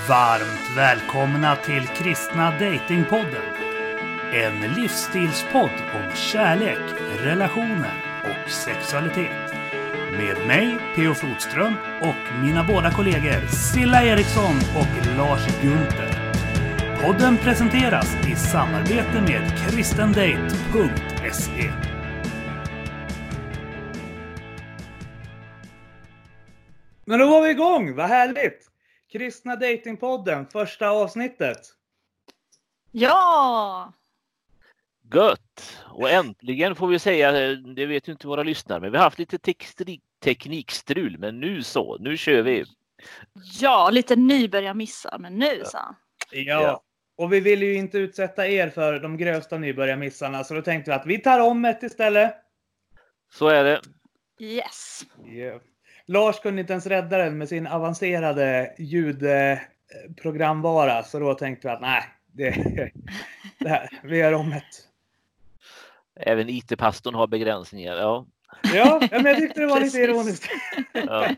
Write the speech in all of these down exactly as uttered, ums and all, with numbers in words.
Varmt välkomna till Kristna Datingpodden. En livsstilspodd om kärlek, relationer och sexualitet. Med mig, P O Flodström, och mina båda kollegor Silla Eriksson och Lars Gunther. Podden presenteras i samarbete med kristendate punkt se. Men då var vi igång, vad härligt! Kristna Datingpodden, första avsnittet. Ja! Gött! Och äntligen får vi säga, det vet ju inte våra lyssnare, men vi har haft lite te- teknikstrul, men nu så, nu kör vi. Ja, lite nybörjarmissar, men nu så. Ja. ja, och vi vill ju inte utsätta er för de grövsta nybörjarmissarna, så då tänkte vi att vi tar om ett istället. Så är det. Yes. Yeah. Lars kunde inte ens rädda den med sin avancerade ljudprogramvara. Så då tänkte vi att nej, det, det här, vi gör om ett. Även I T-pastorn har begränsningar, ja. Ja, men jag tyckte det var lite ironiskt. Ja.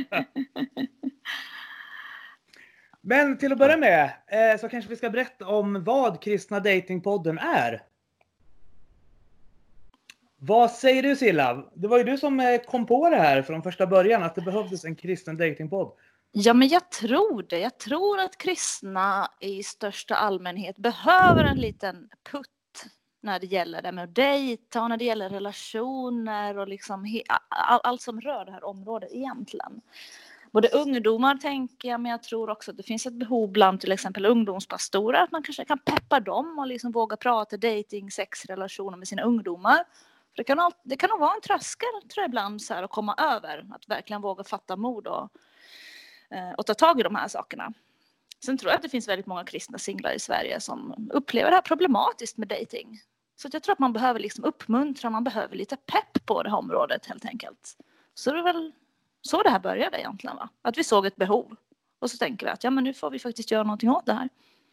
Men till att börja med så kanske vi ska berätta om vad Kristna Datingpodden är. Vad säger du, Silla? Det var ju du som kom på det här från första början, att det behövdes en kristen datingpodd. Ja, men jag tror det. Jag tror att kristna i största allmänhet behöver en liten putt när det gäller det med att dejta och när det gäller relationer och liksom he- all, allt som rör det här området egentligen. Både ungdomar tänker jag, men jag tror också att det finns ett behov bland till exempel ungdomspastorer, att man kanske kan peppa dem och liksom våga prata dating, sex, relationer med sina ungdomar. Det kan, det kan nog vara en tröskel, tror jag, ibland så här, att komma över. Att verkligen våga fatta mod och, och ta tag i de här sakerna. Sen tror jag att det finns väldigt många kristna singlar i Sverige som upplever det här problematiskt med dating. Så att jag tror att man behöver liksom uppmuntra, man behöver lite pepp på det här området helt enkelt. Så det är väl så det här började egentligen, va? Att vi såg ett behov. Och så tänker vi att ja, men nu får vi faktiskt göra någonting åt det här.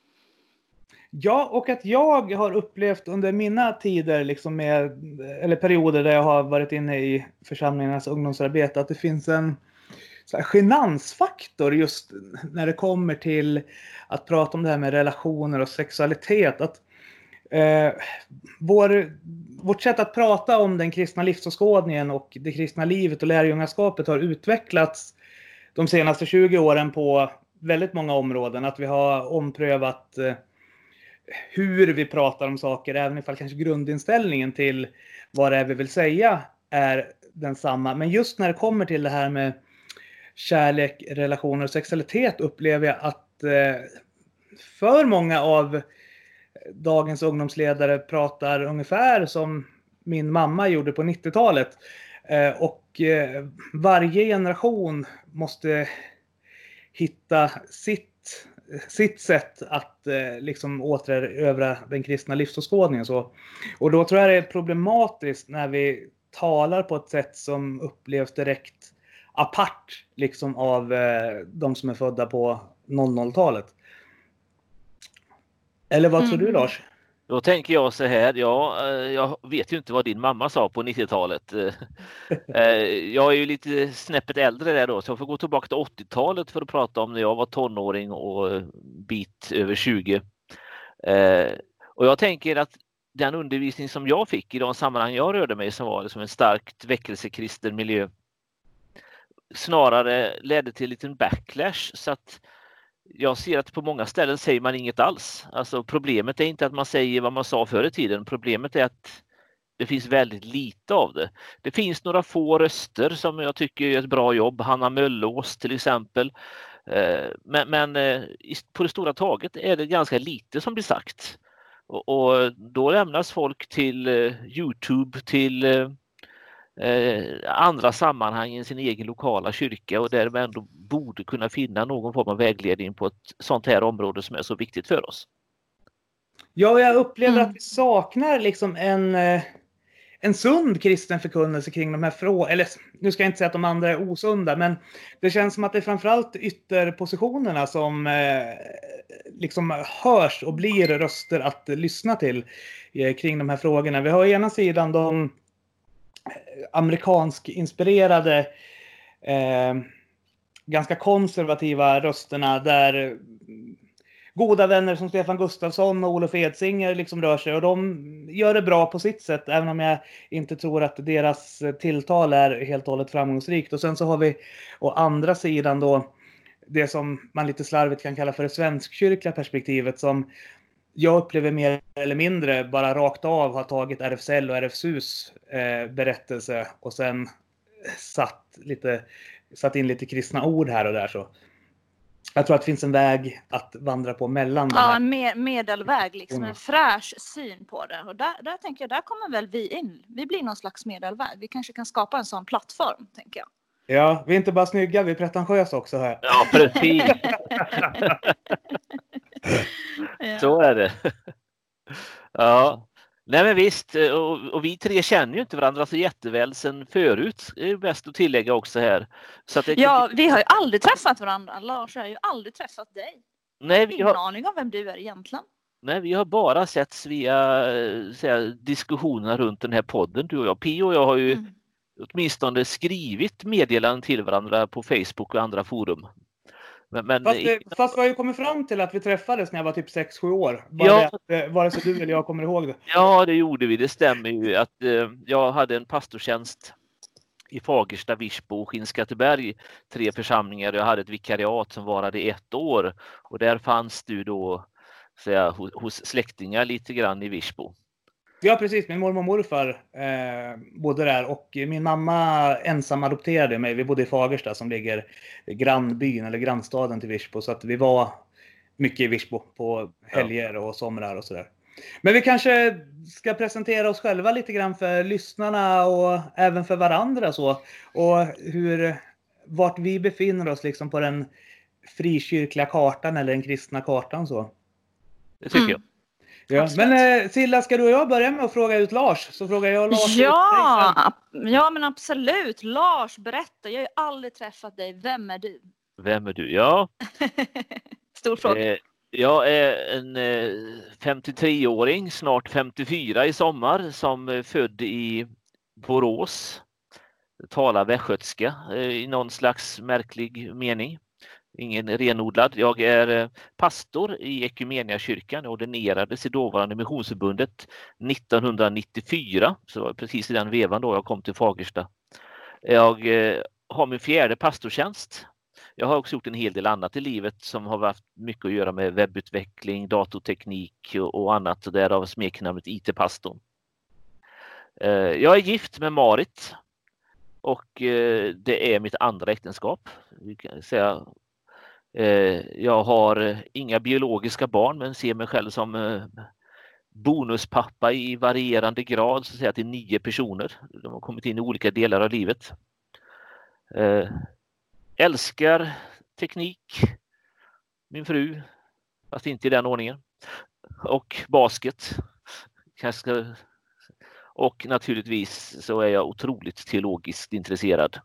Ja, och att jag har upplevt under mina tider, liksom med, eller perioder där jag har varit inne i församlingarnas ungdomsarbete, att det finns en så här genansfaktor just när det kommer till att prata om det här med relationer och sexualitet. Att eh, vår, vårt sätt att prata om den kristna livsåskådningen och det kristna livet och lärjungaskapet har utvecklats de senaste tjugo åren på väldigt många områden. Att vi har omprövat eh, hur vi pratar om saker, även ifall kanske grundinställningen till vad det är vi vill säga är densamma. Men just när det kommer till det här med kärlek, relationer och sexualitet upplever jag att eh, för många av dagens ungdomsledare pratar ungefär som min mamma gjorde på nittiotalet. Eh, och eh, varje generation måste hitta sitt sitt sätt att eh, liksom återövra den kristna livsåskådningen. Så. Och då tror jag det är problematiskt när vi talar på ett sätt som upplevs direkt apart liksom av eh, de som är födda på noll noll-talet. Eller vad mm. tror du, Lars? Då tänker jag så här, ja, jag vet ju inte vad din mamma sa på nittiotalet. Jag är ju lite snäppet äldre där då, så jag får gå tillbaka till åttiotalet för att prata om när jag var tonåring och bit över tjugo. Och jag tänker att den undervisning som jag fick i de sammanhang jag rörde mig, som var liksom en starkt väckelsekristen miljö, snarare ledde till en liten backlash, så att jag ser att på många ställen säger man inget alls. Alltså problemet är inte att man säger vad man sa förr i tiden. Problemet är att det finns väldigt lite av det. Det finns några få röster som jag tycker gör ett bra jobb. Hanna Möllås till exempel. Men, men på det stora taget är det ganska lite som blir sagt. Och, och då lämnas folk till YouTube, till andra sammanhang i sin egen lokala kyrka, och där man ändå borde kunna finna någon form av vägledning på ett sånt här område som är så viktigt för oss. Ja, jag upplever mm. att vi saknar liksom en, en sund kristen förkunnelse kring de här frågorna. Eller nu ska jag inte säga att de andra är osunda, men det känns som att det är framförallt ytterpositionerna som eh, liksom hörs och blir röster att lyssna till eh, kring de här frågorna. Vi har ena sidan de amerikansk inspirerade eh, ganska konservativa rösterna där goda vänner som Stefan Gustafsson och Olof Edsinger liksom rör sig. Och de gör det bra på sitt sätt, även om jag inte tror att deras tilltal är helt och hållet framgångsrikt. Och sen så har vi å andra sidan då det som man lite slarvigt kan kalla för det svenskkyrkliga perspektivet, som jag upplever mer eller mindre bara rakt av har tagit R F S L och R F S U:s eh, berättelse och sen satt, lite, satt in lite kristna ord här och där. Så jag tror att det finns en väg att vandra på mellan. Ja, en med, medelväg, liksom en fräsch syn på det. Och där, där tänker jag, där kommer väl vi in. Vi blir någon slags medelväg. Vi kanske kan skapa en sån plattform, tänker jag. Ja, vi är inte bara snygga, vi är pretentiösa också här. Ja, precis. Ja. Så är det. Ja. Nej men visst, och, och vi tre känner ju inte varandra så jätteväl sen förut. Det är bäst att tillägga också här. Så att det, Ja, vi har ju aldrig träffat varandra. Lars har ju aldrig träffat dig. nej, vi Ingen har, aning om vem du är egentligen. nej, vi har bara setts via säga, diskussionerna runt den här podden. Du och jag, Pio och jag har ju Mm. åtminstone skrivit meddelanden till varandra på Facebook och andra forum. Men, men Fast, i, fast vi har ju kommit fram till att vi träffades när jag var typ sex sju år. Bara Ja. det att, vare sig du eller jag kommer ihåg det. ja, det gjorde vi. Det stämmer ju att eh, jag hade en pastortjänst i Fagersta, Virsbo och Skinnskatteberg, tre församlingar. Jag hade ett vikariat som varade ett år och där fanns du då säga, hos, hos släktingar lite grann i Virsbo. Ja, precis. Min mormor och morfar eh, bodde där och min mamma ensam adopterade mig. Vi bodde i Fagersta som ligger i grannbyn eller grannstaden till Virsbo. Så att vi var mycket i Virsbo på helger och somrar och sådär. Men vi kanske ska presentera oss själva lite grann för lyssnarna och även för varandra så. Och hur, vart vi befinner oss liksom på den frikyrkliga kartan eller den kristna kartan så. Det tycker Mm. jag. Ja, Absolut. men eh, Silla, ska du och jag börja med att fråga ut Lars? Så frågar jag Lars. Ja, ap- ja, men absolut. Lars, berätta. Jag har ju aldrig träffat dig. Vem är du? Vem är du? Ja, Stor fråga. eh, jag är en eh, femtiotre-åring, snart femtiofyra i sommar, som är född i Borås. Talar västgötska eh, i någon slags märklig mening. Ingen renodlad. Jag är eh, pastor i Ekumeniakyrkan och ordinerades i dåvarande Missionsförbundet nittonhundranittiofyra. Så det var precis i den vevan då jag kom till Fagersta. Jag eh, har min fjärde pastortjänst. Jag har också gjort en hel del annat i livet som har haft mycket att göra med webbutveckling, datorteknik och, och annat. Och därav smeknamnet I T-pastorn. Eh, jag är gift med Marit och eh, det är mitt andra äktenskap. Vi kan säga, eh, jag har inga biologiska barn men ser mig själv som eh, bonuspappa i varierande grad, så att säga, till nio personer. De har kommit in i olika delar av livet. Eh, älskar teknik, min fru, fast inte i den ordningen, och basket. Kanske ska... Och naturligtvis så är jag otroligt teologiskt intresserad.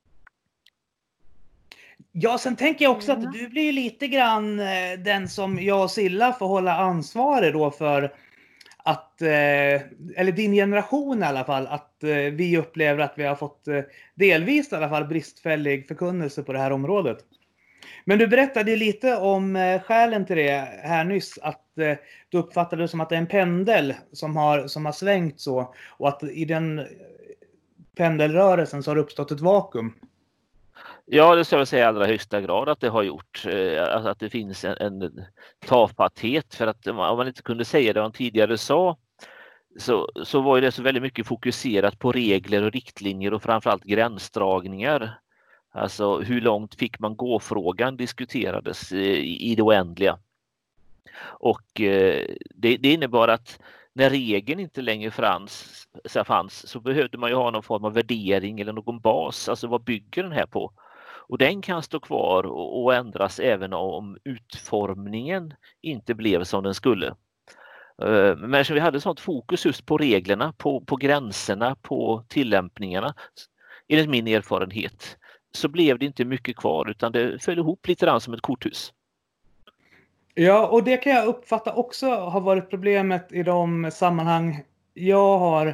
Ja, sen tänker jag också Mm. att du blir lite grann eh, den som jag och Silla får hålla ansvarig då för att, eh, eller din generation i alla fall, att eh, vi upplever att vi har fått eh, delvis i alla fall bristfällig förkunnelse på det här området. Men du berättade lite om eh, skälen till det här nyss, att eh, du uppfattade det som att det är en pendel som har, som har svängt så, och att i den pendelrörelsen så har det uppstått ett vakuum. Ja, det ska jag säga i allra högsta grad att det har gjort. Eh, alltså att det finns en, en tafatthet, för att om man inte kunde säga det han tidigare sa så, så var det så väldigt mycket fokuserat på regler och riktlinjer och framförallt gränsdragningar. Alltså hur långt fick man gå, frågan diskuterades i, i det oändliga. Och eh, det, det innebar att när regeln inte längre fanns, så fanns så behövde man ju ha någon form av värdering eller någon bas. Alltså vad bygger den här på? Och den kan stå kvar och, och ändras även om utformningen inte blev som den skulle. Uh, men eftersom vi hade sånt fokus just på reglerna, på, på gränserna, på tillämpningarna, enligt min erfarenhet, så blev det inte mycket kvar utan det föll ihop lite grann som ett korthus. Ja, och det kan jag uppfatta också har varit problemet i de sammanhang jag har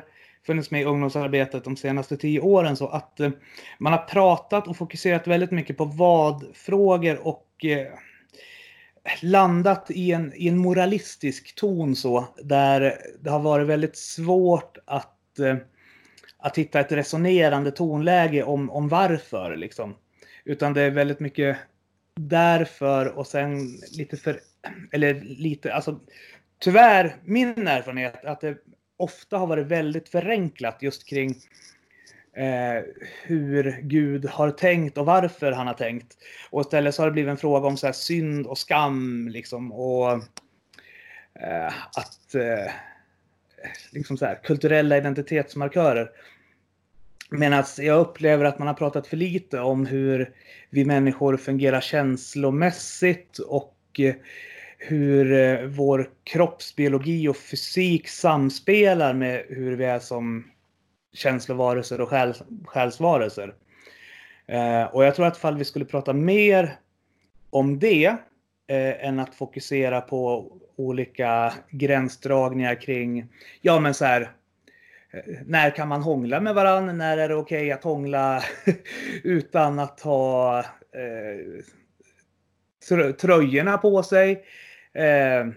funnits med i ungdomsarbetet de senaste tio åren, så att eh, man har pratat och fokuserat väldigt mycket på vad-frågor och eh, landat i en, i en moralistisk ton så, där det har varit väldigt svårt att, eh, att hitta ett resonerande tonläge om, om varför liksom. Utan det är väldigt mycket därför och sen lite för, eller lite, alltså tyvärr min erfarenhet att det ofta har varit väldigt förenklat just kring eh, hur Gud har tänkt och varför han har tänkt. Och istället så har det blivit en fråga om så här synd och skam liksom, och eh, att eh, liksom så här kulturella identitetsmarkörer. Medan jag upplever att man har pratat för lite om hur vi människor fungerar känslomässigt och eh, hur eh, vår kroppsbiologi och fysik samspelar med hur vi är som känslovarelser och själ, själsvarelser. Eh, och jag tror att fall vi skulle prata mer om det eh, än att fokusera på olika gränsdragningar kring, ja men så här, när kan man hångla med varandra? När är det okej att hångla utan att ha eh, tröjorna på sig? Eh, mm.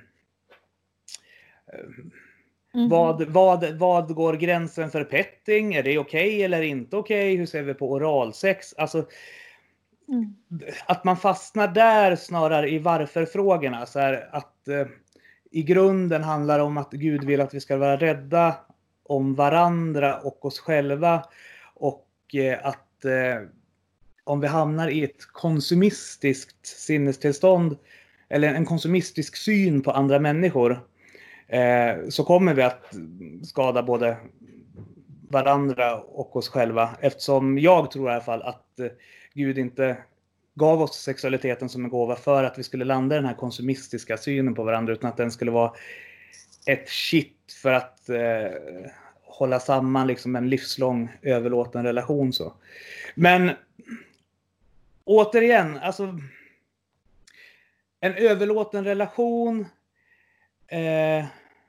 vad, vad, vad går gränsen för petting? Är det okej eller inte okej? Hur ser vi på oralsex? Alltså, mm. att man fastnar där snarare i varför-frågorna. Så här, att eh, i grunden handlar det om att Gud vill att vi ska vara rädda om varandra och oss själva, och eh, att eh, om vi hamnar i ett konsumistiskt sinnestillstånd eller en konsumistisk syn på andra människor, eh, så kommer vi att skada både varandra och oss själva, eftersom jag tror i alla fall att eh, Gud inte gav oss sexualiteten som en gåva för att vi skulle landa i den här konsumistiska synen på varandra, utan att den skulle vara ett shit för att eh, hålla samman liksom en livslång överlåten relation så. Men återigen, alltså en överlåten relation eh,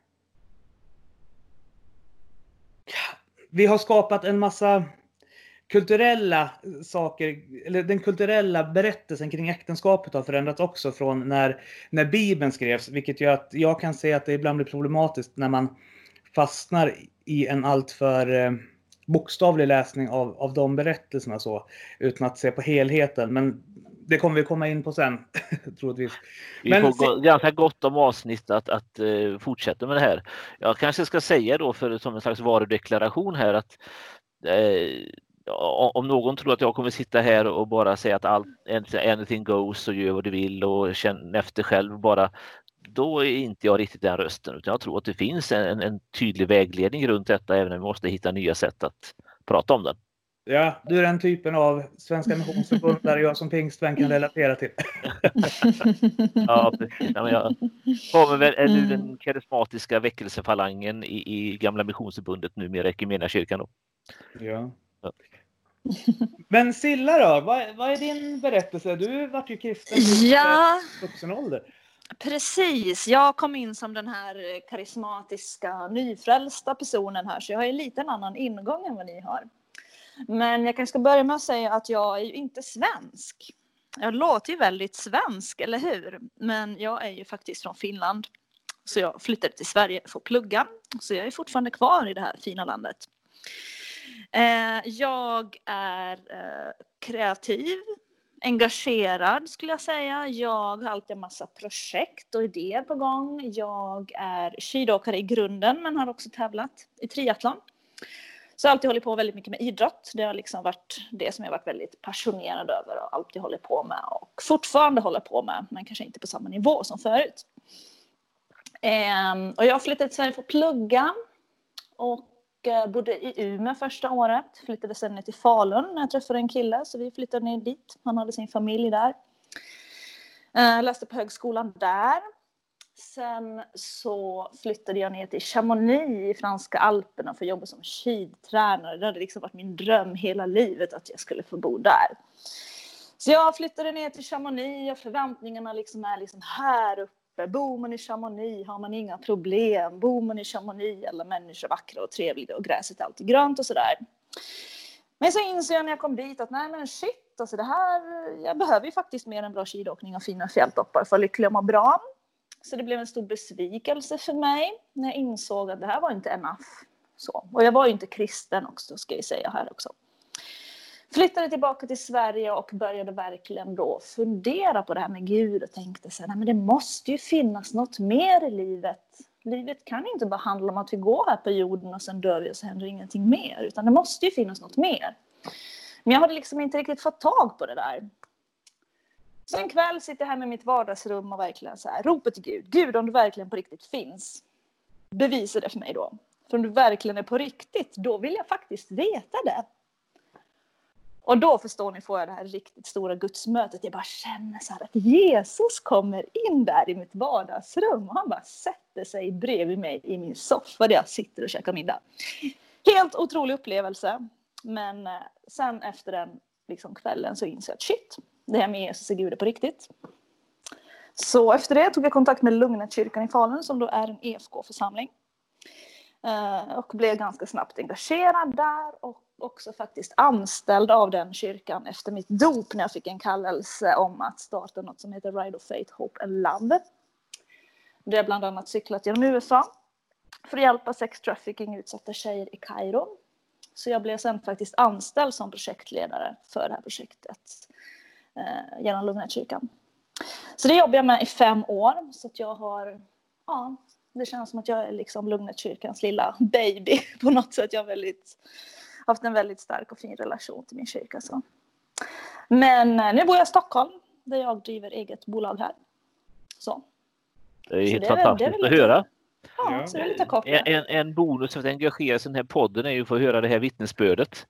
vi har skapat en massa kulturella saker, eller den kulturella berättelsen kring äktenskapet har förändrats också från när, när Bibeln skrevs, vilket gör att jag kan säga att det ibland blir problematiskt när man fastnar i en alltför eh, bokstavlig läsning av, av de berättelserna så, utan att se på helheten. Men det kommer vi komma in på sen, troligtvis. Vi Men, får gå, ganska gott om avsnitt att, att uh, fortsätta med det här. Jag kanske ska säga då, för som en slags varudeklaration här, att uh, om någon tror att jag kommer sitta här och bara säga att allt, anything goes och gör vad du vill och känn efter själv bara, då är inte jag riktigt den rösten, utan jag tror att det finns en, en tydlig vägledning runt detta, även om vi måste hitta nya sätt att prata om den. Ja, du är den typen av Svenska Missionsförbund där jag som pingstvän kan relatera till. Ja, precis. Ja, men jag kommer väl ur den karismatiska väckelsefalangen i, i gamla Missionsförbundet, numera Equmeniakyrkan då. Ja. Ja. Men Silla då, vad, vad är din berättelse? Du var ju kristen i ja. vuxen ålder. Precis, jag kom in som den här karismatiska, nyfrälsta personen här, så jag har en liten annan ingång än vad ni har. Men jag kanske ska börja med att säga att jag är ju inte svensk. Jag låter ju väldigt svensk, eller hur? Men jag är ju faktiskt från Finland. Så jag flyttade till Sverige för att plugga. Så jag är fortfarande kvar i det här fina landet. Jag är kreativ, engagerad skulle jag säga. Jag har alltid en massa projekt och idéer på gång. Jag är skidåkare i grunden, men har också tävlat i triathlon. Så jag har alltid hållit på väldigt mycket med idrott. Det har liksom varit det som jag varit väldigt passionerad över och alltid hållit på med. Och fortfarande håller på med, men kanske inte på samma nivå som förut. Och jag flyttade till Sverige för att plugga. Och bodde i Umeå första året. Flyttade sen ner till Falun när jag träffade en kille. Så vi flyttade ner dit. Han hade sin familj där. Jag läste på högskolan där. Sen så flyttade jag ner till Chamonix i franska Alperna för att jobba som skidtränare. Det hade liksom varit min dröm hela livet att jag skulle få bo där. Så jag flyttade ner till Chamonix och förväntningarna liksom är liksom här uppe. uppe. Bor man i Chamonix har man inga problem. Bor man i Chamonix, alla människor vackra och trevliga och gräset är alltid grönt och sådär. Men så inser jag när jag kom dit att nej men shit, alltså det här, jag behöver ju faktiskt mer än bra skidåkning och fina fjälltoppar för att lycklig och må bra. Så det blev en stor besvikelse för mig när jag insåg att det här var inte enough. Så. Och jag var ju inte kristen också, ska jag säga här också. Flyttade tillbaka till Sverige och började verkligen då fundera på det här med Gud och tänkte så här, nej men det måste ju finnas något mer i livet. Livet kan inte bara handla om att vi går här på jorden och sen dör vi och så händer ingenting mer. Utan det måste ju finnas något mer. Men jag hade liksom inte riktigt fått tag på det där. Så en kväll sitter jag här med mitt vardagsrum och verkligen så här, ropar till Gud. Gud, om du verkligen på riktigt finns, bevisa det för mig då. För om du verkligen är på riktigt, då vill jag faktiskt veta det. Och då förstår ni, får jag det här riktigt stora gudsmötet. Jag bara känner så här att Jesus kommer in där i mitt vardagsrum. Och han bara sätter sig bredvid mig i min soffa där jag sitter och käkar middag. Helt otrolig upplevelse. Men sen efter den liksom kvällen så inser jag att shit, det här med Jesus är Gud på riktigt. Så efter det tog jag kontakt med Lugnetkyrkan i Falun som då är en E F K-församling. Och blev ganska snabbt engagerad där och också faktiskt anställd av den kyrkan efter mitt dop när jag fick en kallelse om att starta något som heter Ride of Faith, Hope and Love. Det är bland annat cyklat genom U S A för att hjälpa sex trafficking utsatta tjejer i Kairo. Så jag blev sen faktiskt anställd som projektledare för det här projektet eh, genom Lugnetkyrkan. Så det jobbar jag med i fem år så att jag har, ja, det känns som att jag är liksom Lugnetkyrkans lilla baby på något sätt. Jag har väldigt, haft en väldigt stark och fin relation till min kyrka. Så. Men nu bor jag i Stockholm där jag driver eget bolag här. Så. Det är helt så det är, fantastiskt det är att lite, höra. Ja, Ja. så det är lite kort. En, en, en bonus för att engagera sig i den här podden är ju att få höra det här vittnesbördet.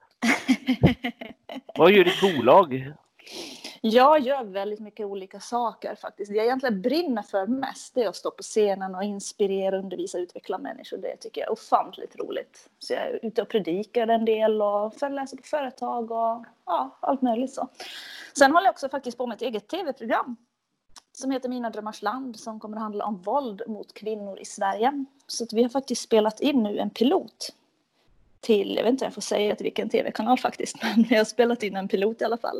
Vad gör ditt bolag? Jag gör väldigt mycket olika saker faktiskt. Det jag egentligen brinner för mest det är att stå på scenen och inspirera, undervisa, utveckla människor. Det tycker jag är ofantligt roligt. Så jag är ute och predikar en del och föreläser på företag och ja, allt möjligt så. Sen håller jag också faktiskt på med ett eget tv-program som heter Mina drömmars land som kommer att handla om våld mot kvinnor i Sverige. Så att vi har faktiskt spelat in nu en pilot till, jag vet inte om jag får säga till vilken tv-kanal faktiskt, men vi har spelat in en pilot i alla fall.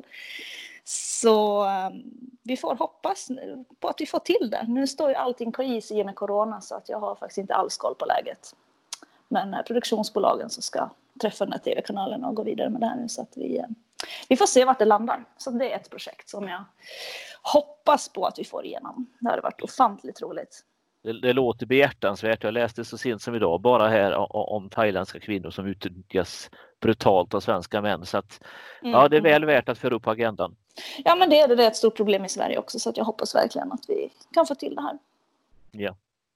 Så um, vi får hoppas på att vi får till det. Nu står ju allting på is i och med corona så att jag har faktiskt inte alls koll på läget. Men uh, produktionsbolagen som ska träffa den här tv-kanalen och gå vidare med det här nu så att vi, uh, vi får se vart det landar. Så det är ett projekt som jag hoppas på att vi får igenom. Det har varit ofantligt roligt. Det, det låter behjärtansvärt. Jag läste så sent som idag bara här om, om thailändska kvinnor som utnyttjas brutalt av svenska män. Så att, mm. ja, det är väl värt att föra upp på agendan. Ja, men det är, det är ett stort problem i Sverige också så att jag hoppas verkligen att vi kan få till det här. Ja.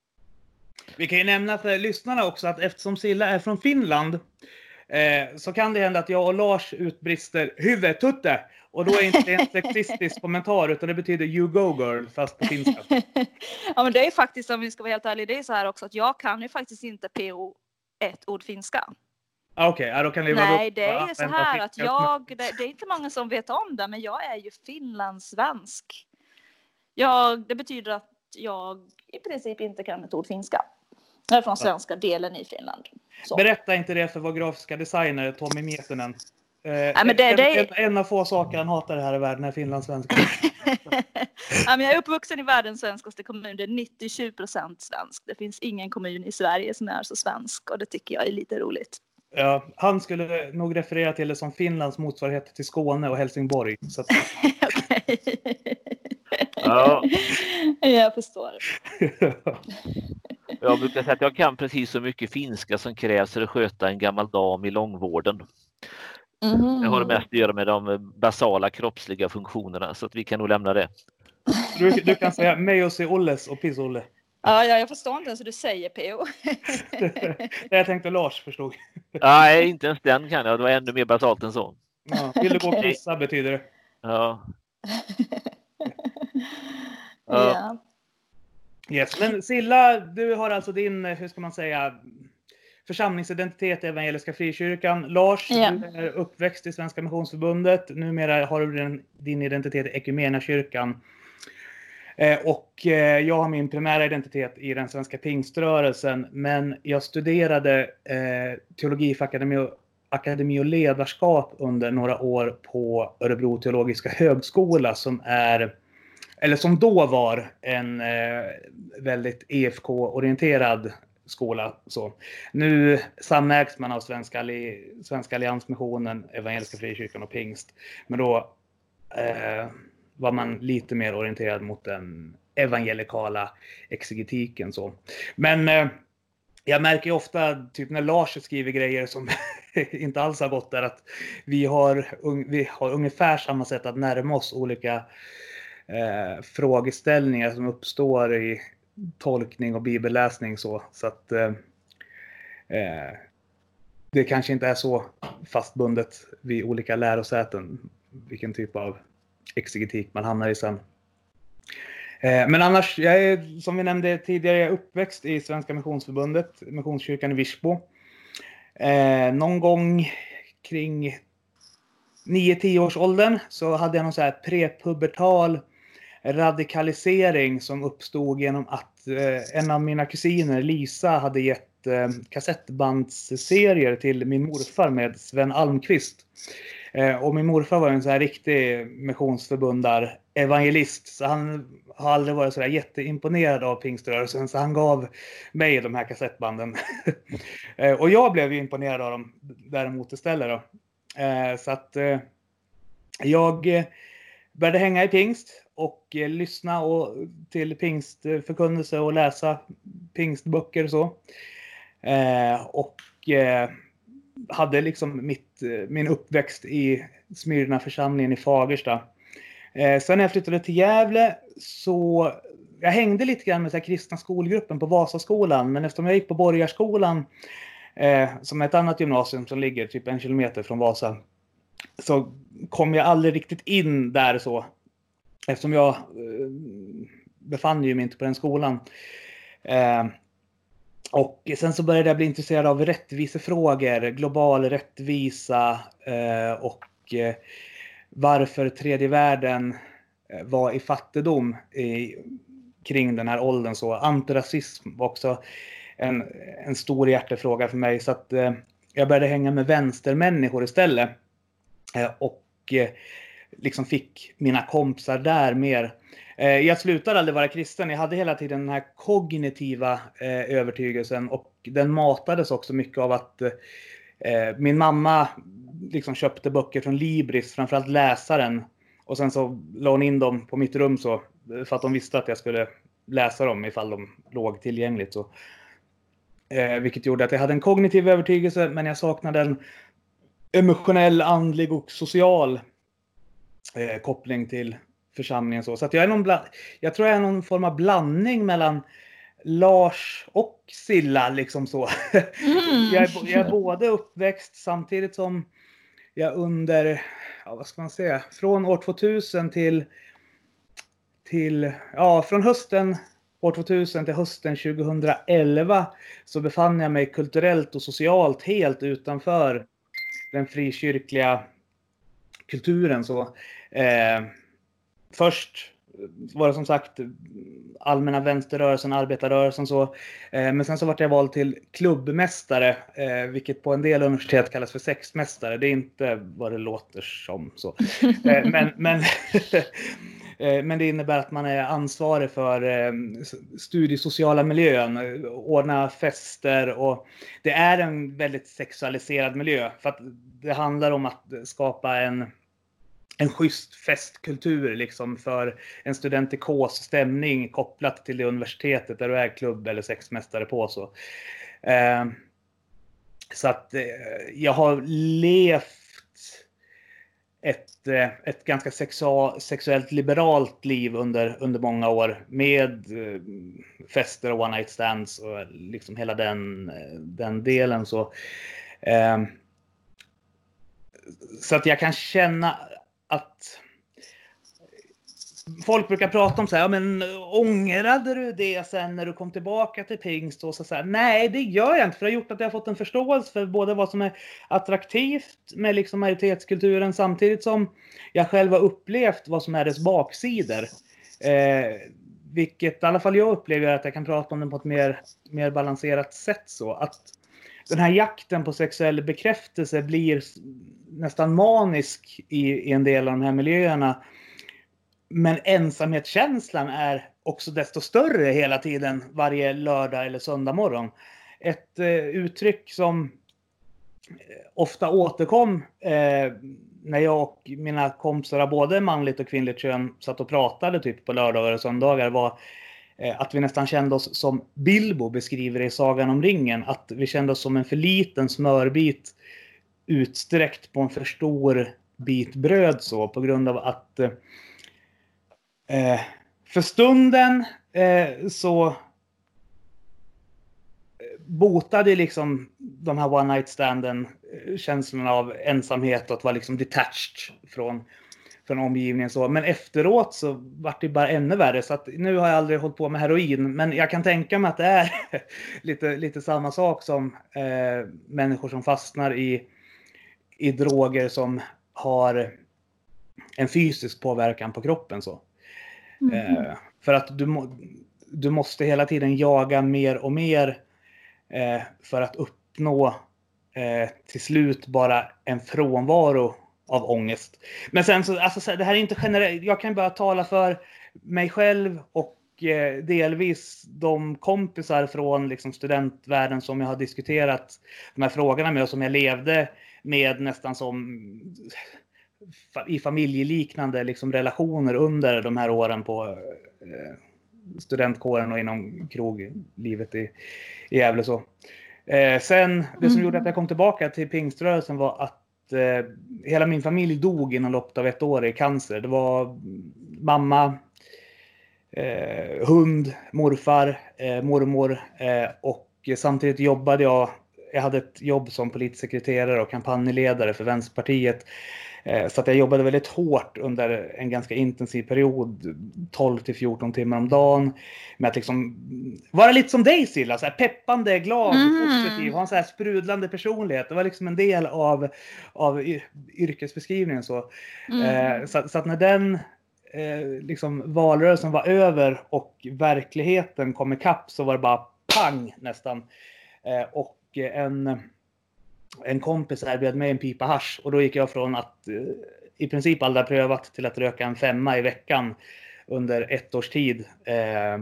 Vi kan ju nämna för lyssnarna också att eftersom Silla är från Finland eh, så kan det hända att jag och Lars utbrister huvudtutte. Och då är inte det en sexistisk kommentar utan det betyder you go girl fast på finska. Ja men det är faktiskt, om vi ska vara helt ärliga, det är så här också att jag kan ju faktiskt inte P O ett ord finska. Okej, okay, ja, då kan vi Nej, det är ju så här att jag, det, det är inte många som vet om det, men jag är ju finlandssvensk. Jag, det betyder att jag i princip inte kan ett ord finska. Jag är från svenska delen i Finland. Så. Berätta inte det för vår grafiska designer Tommy Mietonen. Eh, Nej, men det, en, det... en, en av få saker han hatar det här i världen är finlandssvenska. Ja, men jag är uppvuxen i världens svenskaste kommun. Det är nittio procent svensk. Det finns ingen kommun i Sverige som är så svensk och det tycker jag är lite roligt. Ja, han skulle nog referera till det som Finlands motsvarighet till Skåne och Helsingborg. Så att... Okej. Ja. Jag förstår. Jag brukar säga att jag kan precis så mycket finska som krävs för att sköta en gammal dam i långvården. Mm. Jag har det mest att göra med de basala kroppsliga funktionerna så att vi kan nog lämna det. Du, du kan säga mig och se Olles och piss-Olle. Ja, ja, jag förstår inte ens hur du säger P O. Det jag tänkte Lars förstod. Nej, inte ens den kan jag. Det var ännu mer basalt än så. Ja, vill du gå och pissa betyder det. Ja. Ja. Yes, men Silla, du har alltså din, hur ska man säga, församlingsidentitet i Evangeliska Frikyrkan. Lars, ja. Du är uppväxt i Svenska Missionsförbundet. Numera har du din, din identitet i Equmeniakyrkan. Eh, och eh, jag har min primära identitet i den svenska pingströrelsen, men jag studerade eh, teologi för akademi och, akademi och ledarskap under några år på Örebro teologiska högskola, som är, eller som då var, en eh, väldigt E F K-orienterad skola. Så. Nu samägs man av Svenska, Alli, Svenska Alliansmissionen, Evangeliska Frikyrkan och Pingst. Men då eh, var man lite mer orienterad mot den evangelikala exegetiken. Så. Men eh, jag märker ju ofta, typ när Lars skriver grejer som inte alls har gått där, att vi har, vi har ungefär samma sätt att närma oss olika eh, frågeställningar som uppstår i tolkning och bibelläsning. Så, så att eh, eh, det kanske inte är så fastbundet vid olika lärosäten vilken typ av exegetik man hamnar i sen. Eh, men annars, jag är, som vi nämnde tidigare, jag är uppväxt i Svenska Missionsförbundet, Missionskyrkan i Virsbo. Eh, någon gång kring nio till tio års åldern så hade jag någon så här prepubertal radikalisering som uppstod genom att eh, en av mina kusiner, Lisa, hade gett eh, kassettbandsserier till min morfar med Sven Almqvist. Eh, och min morfar var en så här riktig missionsförbundar evangelist, så han har aldrig varit så där jätteimponerad av pingströrelsen, så han gav mig de här kassettbanden. eh, och jag blev ju imponerad av dem däremot istället då. Eh, så att eh, jag eh, började hänga i pingst och eh, lyssna och, till pingstförkunnelse och läsa pingstböcker och så. Eh, och eh, hade liksom mitt, min uppväxt i Smyrna församlingen i Fagersta. Eh, sen när jag flyttade till Gävle så jag hängde lite grann med så här kristna skolgruppen på Vasaskolan, men eftersom jag gick på Borgarskolan eh, som är ett annat gymnasium som ligger typ en kilometer från Vasa, så kom jag aldrig riktigt in där så, eftersom jag eh, befann mig inte på den skolan. Eh, och sen så började jag bli intresserad av rättvisefrågor, global rättvisa eh, och eh, varför tredje världen var i fattigdom i, kring den här åldern. Så antirasism var också en, en stor hjärtefråga för mig, så att eh, jag började hänga med vänstermänniskor istället. Eh, och eh, liksom fick mina kompisar där mer. Eh, jag slutade aldrig vara kristen. Jag hade hela tiden den här kognitiva eh, övertygelsen, och den matades också mycket av att eh, min mamma liksom köpte böcker från Libris, framförallt läsaren. Och sen så la hon in dem på mitt rum så, för att de visste att jag skulle läsa dem ifall de låg tillgängligt. Så. Eh, vilket gjorde att jag hade en kognitiv övertygelse, men jag saknade en emotionell, andlig och social eh, koppling till församlingen. Så, så att jag, är någon bland, jag tror jag är någon form av blandning mellan Lars och Silla. Liksom så. Mm. jag, är, jag är både uppväxt samtidigt som jag under, ja, vad ska man säga, från år tvåtusen till, till ja, från hösten år tvåtusen till hösten tjugohundraelva så befann jag mig kulturellt och socialt helt utanför den frikyrkliga kulturen. Så, eh, först var det som sagt allmänna vänsterrörelsen, arbetarrörelsen så. Eh, men sen så var jag vald till klubbmästare, eh, vilket på en del universitet kallas för sexmästare. Det är inte vad det låter som så. Eh, men, men, eh, men det innebär att man är ansvarig för eh, studiesociala miljön, ordna fester, och det är en väldigt sexualiserad miljö, för att det handlar om att skapa en en schysst festkultur liksom för en studentikos stämning kopplat till det universitetet där du är klubb eller sexmästare på. Så, eh, så att eh, jag har levt ett, eh, ett ganska sexu- sexuellt liberalt liv under, under många år med eh, fester och one night stands och liksom hela den, den delen. Så, eh, så att jag kan känna att folk brukar prata om så här, ja, men ångrade du det sen när du kom tillbaka till pingst? Och så, så här, nej, det gör jag inte, för det har gjort att jag har fått en förståelse för både vad som är attraktivt med liksom majoritetskulturen, samtidigt som jag själv har upplevt vad som är dess baksidor. Eh, vilket i alla fall jag upplever att jag kan prata om den på ett mer, mer balanserat sätt så. Att den här jakten på sexuell bekräftelse blir nästan manisk i, i en del av de här miljöerna. Men ensamhetskänslan är också desto större hela tiden varje lördag eller söndag morgon. Ett eh, uttryck som ofta återkom eh, när jag och mina kompisar, både manligt och kvinnligt kön, satt och pratade typ på lördagar och söndagar var eh, att vi nästan kände oss som Bilbo beskriver i Sagan om ringen. Att vi kände oss som en för liten smörbit utsträckt på en för stor bit bröd så, på grund av att eh, för stunden eh, så botade liksom de här one night standen känslan av ensamhet och att vara liksom detached från, från omgivningen så. Men efteråt så var det bara ännu värre, så att nu har jag aldrig hållit på med heroin, men jag kan tänka mig att det är lite, lite samma sak som eh, människor som fastnar i, i droger som har en fysisk påverkan på kroppen så. Mm. Eh, för att du, må, du måste hela tiden jaga mer och mer eh, för att uppnå eh, till slut bara en frånvaro av ångest. Men sen så, alltså, det här är inte generellt. Jag kan bara tala för mig själv och eh, delvis de kompisar från liksom, studentvärlden som jag har diskuterat de här frågorna med och som jag levde med nästan som i familjeliknande liksom, relationer under de här åren på eh, studentkåren och inom kroglivet i, i Gävle så. Eh, sen, det som mm. gjorde att jag kom tillbaka till pingströrelsen var att eh, hela min familj dog inom loppet av ett år i cancer. Det var mamma, eh, hund, morfar, eh, mormor eh, och samtidigt jobbade jag, jag hade ett jobb som politisk-sekreterare och kampanjledare för Vänsterpartiet. Så att jag jobbade väldigt hårt under en ganska intensiv period, tolv till fjorton timmar om dagen, med att liksom vara lite som dig, Silla, så här peppande, glad, mm. positiv, ha en så här sprudlande personlighet. Det var liksom en del av, av yrkesbeskrivningen så. Mm. Så, så att när den eh, liksom valrörelsen var över och verkligheten kom ikapp så var det bara pang nästan. Eh, och en En kompis erbjöd mig en pipa hasch och då gick jag från att eh, i princip aldrig prövat till att röka en femma i veckan under ett års tid. Eh,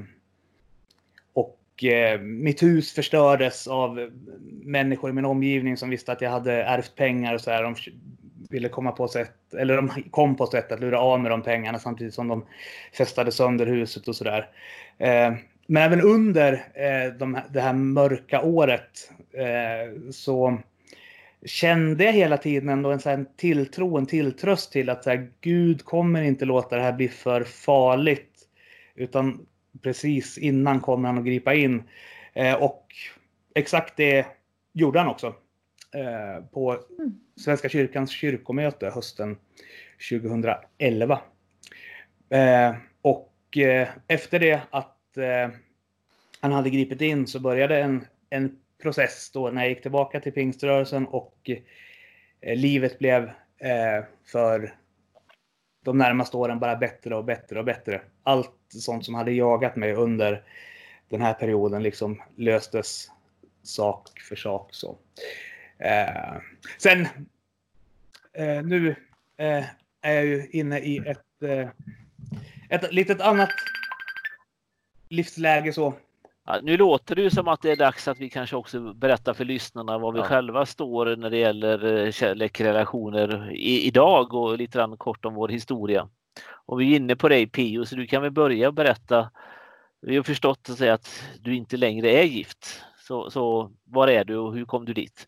och eh, mitt hus förstördes av människor i min omgivning som visste att jag hade ärvt pengar och så här. De ville komma på sätt, eller de kom på sätt att lura av med de pengarna samtidigt som de festade sönder huset och sådär. Eh, men även under eh, de, det här mörka året eh, så kände jag hela tiden ändå en sån tilltro, en tilltröst till att så här, Gud kommer inte låta det här bli för farligt, utan precis innan kommer han att gripa in. Eh, och exakt det gjorde han också eh, på Svenska kyrkans kyrkomöte hösten tjugohundraelva. Eh, och eh, efter det att eh, han hade gripit in så började en, en process då när jag gick tillbaka till pingströrelsen och eh, livet blev eh, för de närmaste åren bara bättre och bättre och bättre. Allt sånt som hade jagat mig under den här perioden liksom löstes sak för sak så. Eh, sen eh, nu eh, är jag ju inne i ett, eh, ett litet annat livsläge så. Ja, nu låter det ju som att det är dags att vi kanske också berättar för lyssnarna var vi ja. själva står när det gäller kärleksrelationer i, idag och lite grann kort om vår historia. Och vi är inne på dig, Pio, så du kan väl börja berätta. Vi har förstått att säga att du inte längre är gift. Så, så var är du och hur kom du dit?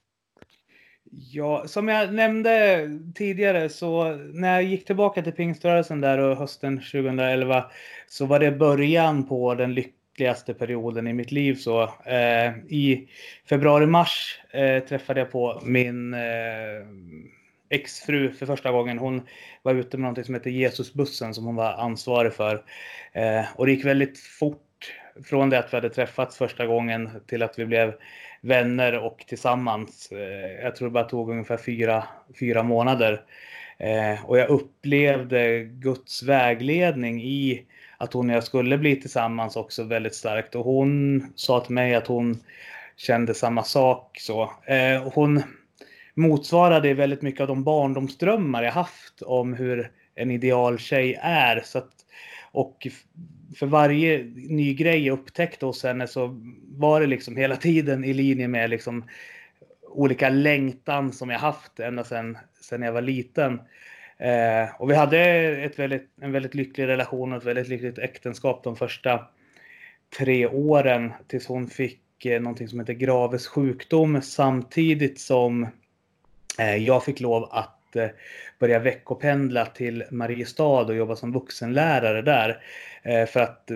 Ja, som jag nämnde tidigare så när jag gick tillbaka till pingströrelsen där och hösten tjugohundraelva så var det början på den lyckligaste perioden i mitt liv så. Eh, I februari-mars eh, träffade jag på min eh, exfru för första gången. Hon var ute med något som heter Jesusbussen som hon var ansvarig för. Eh, och det gick väldigt fort från det att vi hade träffats första gången till att vi blev vänner och tillsammans. Eh, jag tror det bara tog ungefär fyra, fyra månader. Eh, och jag upplevde Guds vägledning i att hon och jag skulle bli tillsammans också väldigt starkt. Och hon sa till mig att hon kände samma sak. Så. Eh, hon motsvarade väldigt mycket av de barndomsdrömmar jag haft om hur en ideal tjej är. Så att, och för varje ny grej jag upptäckte hos henne så var det liksom hela tiden i linje med liksom olika längtan som jag haft ända sedan, sedan jag var liten. Eh, och vi hade ett väldigt, en väldigt lycklig relation och ett väldigt lyckligt äktenskap de första tre åren tills hon fick eh, någonting som heter Graves sjukdom, samtidigt som eh, jag fick lov att eh, börja veckopendla till Mariestad och jobba som vuxenlärare där. Eh, för att eh,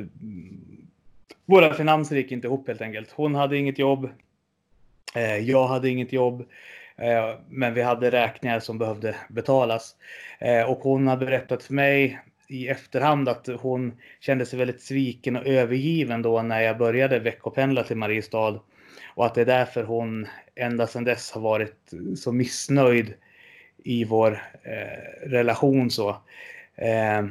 våra finanser gick inte ihop helt enkelt. Hon hade inget jobb. Eh, jag hade inget jobb. Eh, men vi hade räkningar som behövde betalas. Eh, och hon har berättat för mig i efterhand att hon kände sig väldigt sviken och övergiven då när jag började veckopendla till Mariestad. Och att det är därför hon ända sedan dess har varit så missnöjd i vår eh, relation. Så. Eh,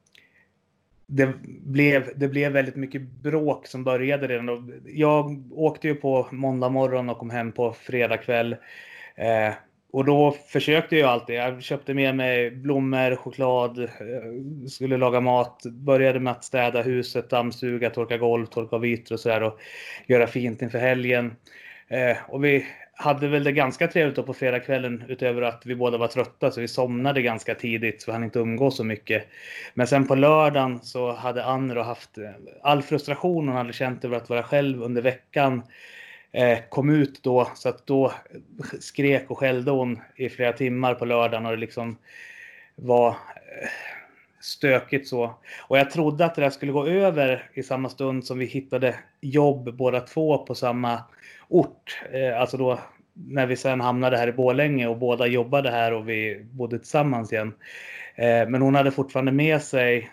det, blev, det blev väldigt mycket bråk som började redan. Jag åkte ju på måndag morgon och kom hem på fredag kväll. Eh, och då försökte jag alltid. Jag köpte med mig blommor, choklad, eh, skulle laga mat. Började med att städa huset, dammsuga, torka golv, torka vitor och sådär. Och göra fint inför helgen. Eh, och vi hade väl det ganska trevligt då på fredagskvällen, utöver att vi båda var trötta så vi somnade ganska tidigt så vi hann inte umgås så mycket. Men sen på lördagen så hade Anne då haft all frustration hon hade känt över att vara själv under veckan eh, kom ut då, så att då skrek och skällde hon i flera timmar på lördagen och det liksom var eh, stökigt så. Och jag trodde att det där skulle gå över i samma stund som vi hittade jobb båda två på samma ort. Eh, alltså då när vi sen hamnade här i Borlänge och båda jobbade här och vi bodde tillsammans igen. Eh, men hon hade fortfarande med sig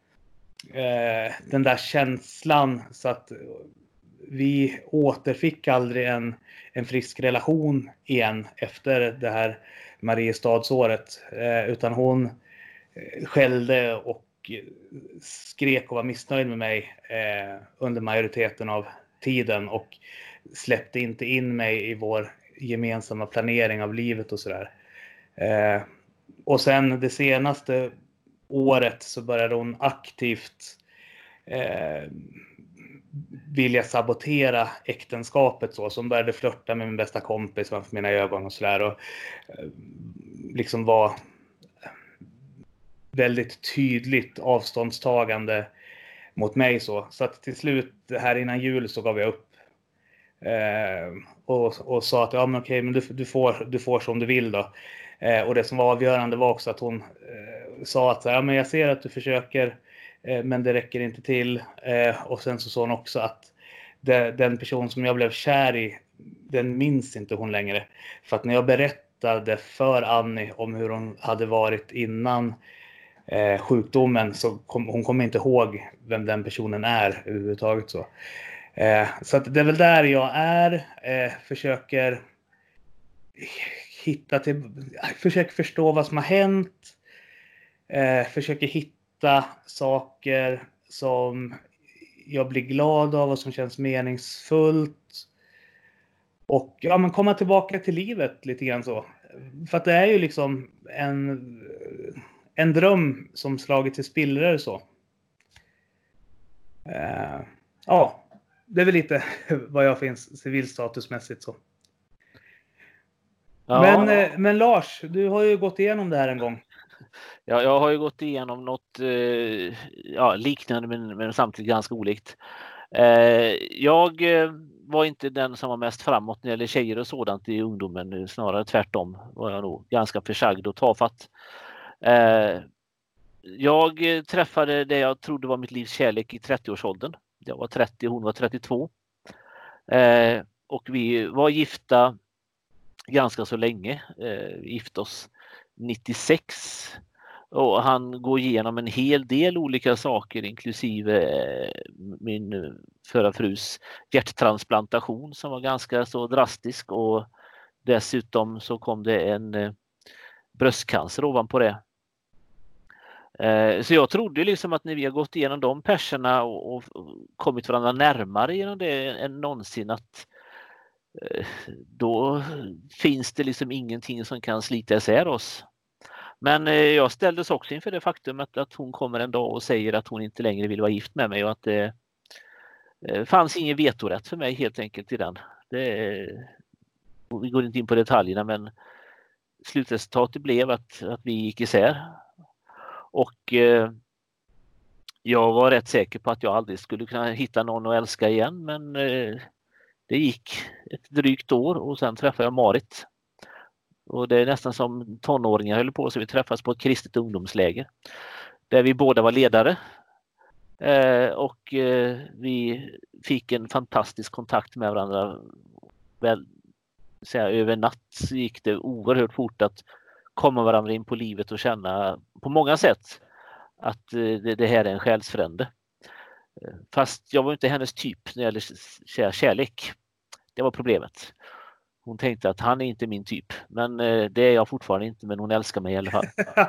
eh, den där känslan så att vi återfick aldrig en, en frisk relation igen efter det här Mariestadsåret. Eh, utan hon skällde och skrek och var missnöjd med mig eh, under majoriteten av tiden och släppte inte in mig i vår gemensamma planering av livet och sådär. Eh, och sen det senaste året så började hon aktivt eh, vilja sabotera äktenskapet så. Som började flirta med min bästa kompis framför mina ögon och sådär. Och eh, liksom var väldigt tydligt avståndstagande mot mig så. Så att till slut här innan jul så gav jag upp. Eh, och, och sa att ja men okej, men du, du, får, du får som du vill då. Eh, och det som var avgörande var också att hon eh, sa att ja, men jag ser att du försöker eh, men det räcker inte till. Eh, och sen så sa hon också att det, den person som jag blev kär i, den minns inte hon längre. För att när jag berättade för Annie om hur hon hade varit innan eh, sjukdomen så kom hon kommer inte ihåg vem den personen är överhuvudtaget så. Eh, så att det är väl där jag är, eh, försöker hitta till, försöker förstå vad som har hänt, eh, försöker hitta saker som jag blir glad av och som känns meningsfullt och ja, men komma tillbaka till livet lite grann så. För att det är ju liksom en, en dröm som slagit i spillror så. Eh, ja. Det är väl lite vad jag finns civilstatusmässigt så. Ja. Men, men Lars, du har ju gått igenom det här en gång. Ja, jag har ju gått igenom något eh, ja, liknande men, men samtidigt ganska olikt. Eh, jag var inte den som var mest framåt när det gäller tjejer och sådant i ungdomen. Snarare tvärtom var jag nog ganska försagd och tafatt. Eh, jag träffade det jag trodde var mitt livs kärlek i trettioårsåldern. Jag var trettio, hon var trettiotvå. Eh, och vi var gifta ganska så länge. Eh, vi gifte oss nittiosex. Och han går igenom en hel del olika saker inklusive eh, min förra frus hjärttransplantation som var ganska så drastisk. Och dessutom så kom det en eh, bröstcancer ovanpå det. Eh, så jag trodde liksom att när vi har gått igenom de perserna och, och, och kommit varandra närmare genom det än någonsin, att eh, då finns det liksom ingenting som kan slita isär oss. Men eh, jag ställdes också inför det faktum att, att hon kommer en dag och säger att hon inte längre vill vara gift med mig och att det eh, fanns ingen vetorätt för mig helt enkelt i den. Det, vi går inte in på detaljerna, men slutresultatet blev att, att vi gick isär. Och eh, jag var rätt säker på att jag aldrig skulle kunna hitta någon att älska igen, men eh, det gick ett drygt år och sen träffade jag Marit. Och det är nästan som tonåringar höll på, så vi träffades på ett kristet ungdomsläger där vi båda var ledare. Eh, och eh, vi fick en fantastisk kontakt med varandra. Väl, så här, över natt så gick det oerhört fort att komma varandra in på livet och känna på många sätt att eh, det, det här är en själsfrände. Eh, fast jag var inte hennes typ när det gäller kärlek. Det var problemet. Hon tänkte att han är inte min typ, men eh, det är jag fortfarande inte, men hon älskar mig i alla fall.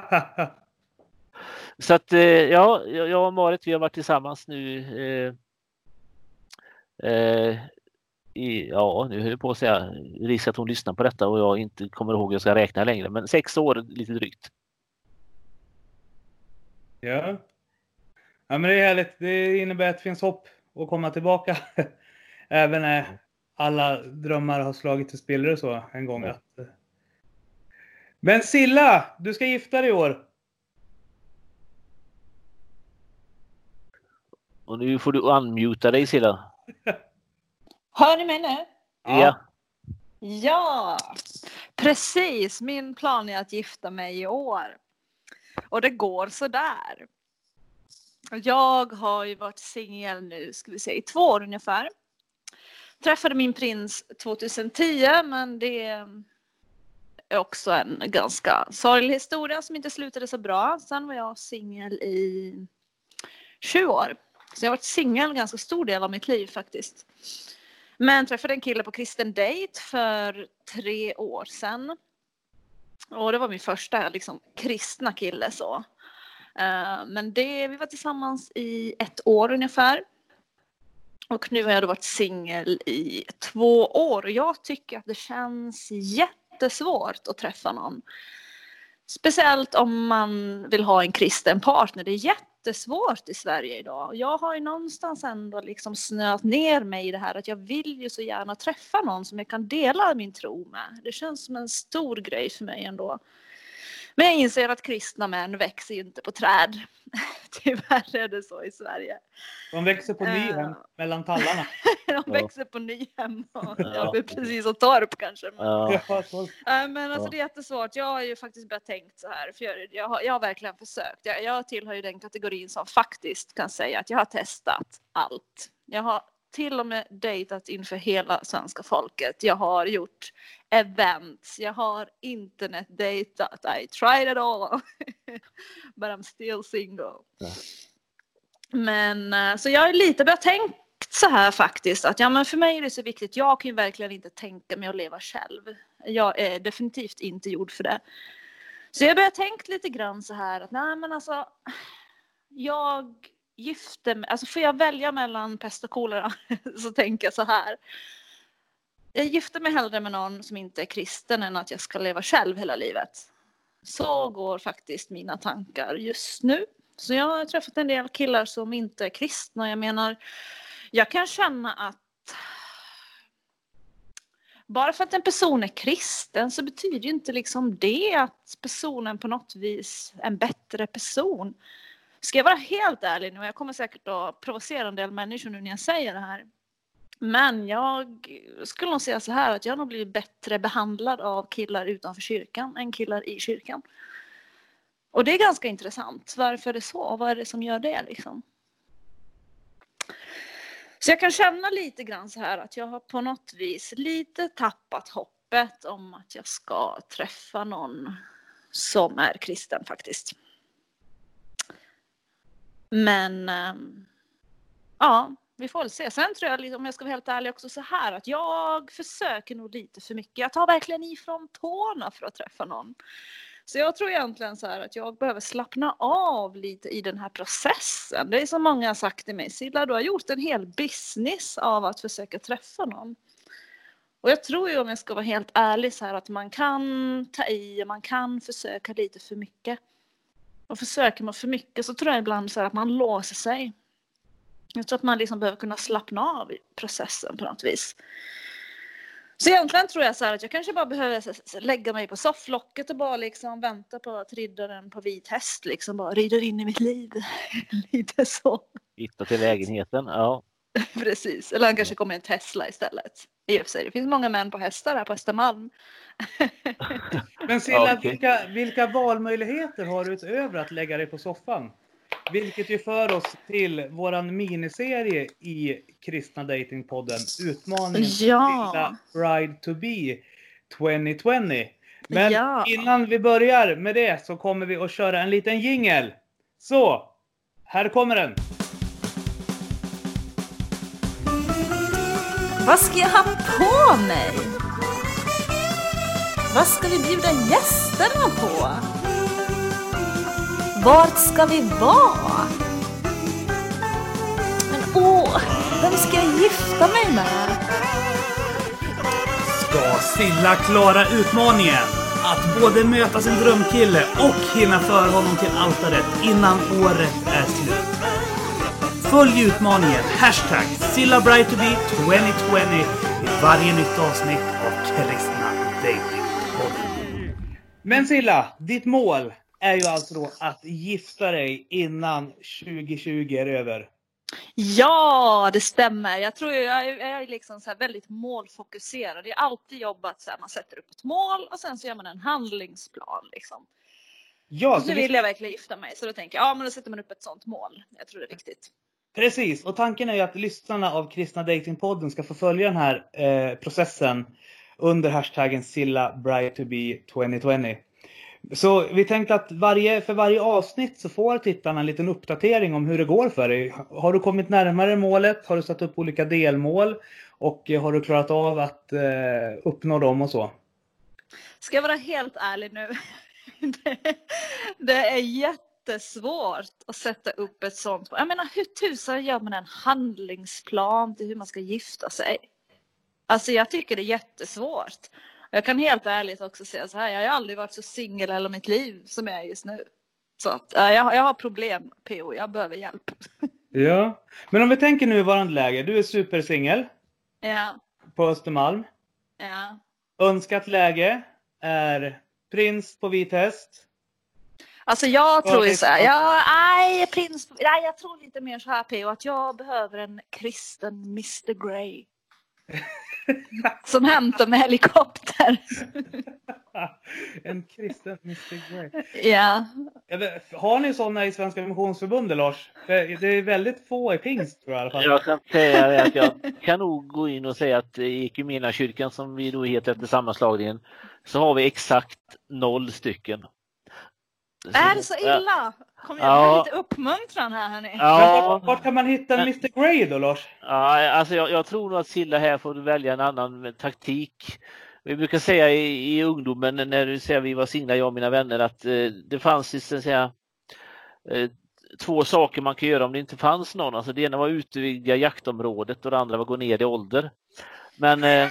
Så att eh, ja, jag och Marit, vi har varit tillsammans nu eh, eh, i, ja, nu höll jag på att säga, risk att hon lyssnar på detta och jag inte kommer ihåg hur jag ska räkna längre, men sex år lite drygt. Ja. Ja, men det är härligt. Det innebär att det finns hopp att komma tillbaka. Även när alla drömmar har slagit i spillror så en gång. Ja. Att... Men Silla, du ska gifta dig i år. Och nu får du unmuta dig, Silla. Hör ni mig nu? Ja. Ja, precis. Min plan är att gifta mig i år. Och det går så där. Jag har ju varit singel nu, ska vi säga, i två år ungefär. Träffade min prins tjugohundratio, men det är också en ganska sorglig historia som inte slutade så bra. Sen var jag singel i sju år. Så jag har varit singel ganska stor del av mitt liv faktiskt. Men träffade en kille på kristen date för tre år sedan. Och det var min första liksom, kristna kille så. Uh, men det, vi var tillsammans i ett år ungefär. Och nu har jag då varit singel i två år. Och jag tycker att det känns jättesvårt att träffa någon. Speciellt om man vill ha en kristen partner. Det är jättesvårt i Sverige idag. Jag har ju någonstans ändå liksom snöat ner mig i det här. Att jag vill ju så gärna träffa någon som jag kan dela min tro med. Det känns som en stor grej för mig ändå. Men jag inser att kristna män växer ju inte på träd. Tyvärr är det så i Sverige. De växer på Nyhem uh, mellan tallarna. De ja. växer på Nyhem. Och jag blir precis och Torp kanske. Men, Ja. uh, men alltså det är jättesvårt. Jag har ju faktiskt börjat tänkt så här. För jag, jag, har, jag har verkligen försökt. Jag, jag tillhör ju den kategorin som faktiskt kan säga att jag har testat allt. Jag har till och med dejtat inför hela svenska folket. Jag har gjort events. Jag har internetdejtat. I tried it all. But I'm still single. Ja. Men så jag har lite börjat tänkt så här faktiskt. Att ja, men för mig är det så viktigt. Jag kan ju verkligen inte tänka mig att leva själv. Jag är definitivt inte gjord för det. Så jag börjar tänkt lite grann så här. Att nej men alltså. Jag gifte mig. Alltså får jag välja mellan pest och kolera. Så tänker jag så här. Jag gifter mig hellre med någon som inte är kristen än att jag ska leva själv hela livet. Så går faktiskt mina tankar just nu. Så jag har träffat en del killar som inte är kristna. Jag menar, jag kan känna att bara för att en person är kristen så betyder ju inte liksom det att personen på något vis är en bättre person. Ska jag vara helt ärlig nu, jag kommer säkert att provocera en del människor nu när jag säger det här. Men jag skulle nog säga så här att jag har nog blivit bättre behandlad av killar utanför kyrkan än killar i kyrkan. Och det är ganska intressant. Varför är det så? Vad är det som gör det liksom? Så jag kan känna lite grann så här att jag har på något vis lite tappat hoppet om att jag ska träffa någon som är kristen faktiskt. Men ähm, ja, vi får väl se. Sen tror jag, om jag ska vara helt ärlig också så här, att jag försöker nog lite för mycket. Jag tar verkligen ifrån tårna för att träffa någon. Så jag tror egentligen så här att jag behöver slappna av lite i den här processen. Det är som många har sagt till mig, Silla, du har gjort en hel business av att försöka träffa någon. Och jag tror ju, om jag ska vara helt ärlig, så här att man kan ta i och man kan försöka lite för mycket. Och försöker man för mycket så tror jag ibland så här att man låser sig. Jag tror att man liksom behöver kunna slappna av i processen på något vis. Så egentligen tror jag så här att jag kanske bara behöver lägga mig på sofflocket och bara liksom vänta på att riddaren på vit häst liksom bara rider in i mitt liv. Lite så. Hitta till lägenheten, ja. Precis, eller han kanske kommer en Tesla istället. I och för sig, det finns många män på hästar här på Östermalm. Men Silla, Okay. vilka, vilka valmöjligheter har du utöver att lägga dig på soffan? Vilket ju för oss till våran miniserie i Kristna Datingpodden, utmaningen Ja. Silla Bride to be tjugohundratjugo. Men Ja. innan vi börjar med det så kommer vi att köra en liten jingle. Så, här kommer den. Vad ska jag ha på mig? Vad ska vi bjuda gästerna på? Vart ska vi vara? Men åh, vem ska jag gifta mig med? Ska Silla klara utmaningen att både möta sin drömkille och hinna föra honom till altaret innan året är slut? Följ utmaningen hashtag Silla Bride to be tjugohundratjugo i varje nytt avsnitt av Kristna Datingpodden. Men Silla, ditt mål är ju alltså då att gifta dig innan tjugohundratjugo är över. Ja, det stämmer. Jag tror jag är, jag är liksom så här väldigt målfokuserad. Jag har alltid jobbat så här, man sätter upp ett mål och sen så gör man en handlingsplan liksom. Ja, Och så vill jag verkligen gifta mig, så då tänker jag, ja men då sätter man upp ett sånt mål. Jag tror det är viktigt. Precis, och tanken är ju att lyssnarna av Kristna Datingpodden ska få följa den här eh, processen under hashtaggen Silla Bride to be tjugohundratjugo. Så vi tänkte att varje, för varje avsnitt så får tittarna en liten uppdatering om hur det går för dig. Har du kommit närmare målet? Har du satt upp olika delmål? Och eh, har du klarat av att eh, uppnå dem och så? Ska jag vara helt ärlig nu? det, det är jättesvårt att sätta upp ett sånt. Jag menar, hur tusan gör man en handlingsplan till hur man ska gifta sig? Alltså jag tycker det är jättesvårt. Jag kan helt ärligt också säga så här, jag har aldrig varit så singel i hela mitt liv som jag är just nu. Så att, äh, jag, jag har problem, P O, jag behöver hjälp. Ja, men om vi tänker nu i varande läge, du är supersingel Ja, på Östermalm. ja. Önskat läge är prins på vit häst. Alltså jag tror ju så här, Ja. ja, nej, prins, nej, jag tror lite mer så här, P O, att jag behöver en kristen mister Grey. Som hämtar med helikopter. En kristen mister Grey. Ja. Har ni sådana i Svenska Missionsförbundet, Lars? Det är väldigt få i pingst, tror jag i alla fall. Jag kan säga det att jag kan nog gå in och säga att i Equmeniakyrkan, som vi då heter efter sammanslagningen, så har vi exakt noll stycken. Är det så illa? Kommer jag Ja. med lite uppmuntran här, hörni? Men Ja, vart, vart kan man hitta en mister Grey då, Lars? ja alltså jag, jag tror nog att Silla här får välja en annan taktik. Vi brukar säga i, i ungdomen, när du säger vi var singlar, jag och mina vänner, att eh, det fanns så att säga, eh, två saker man kan göra om det inte fanns någon. Alltså det ena var att utvidga jaktområdet och det andra var att gå ner i ålder. Men eh,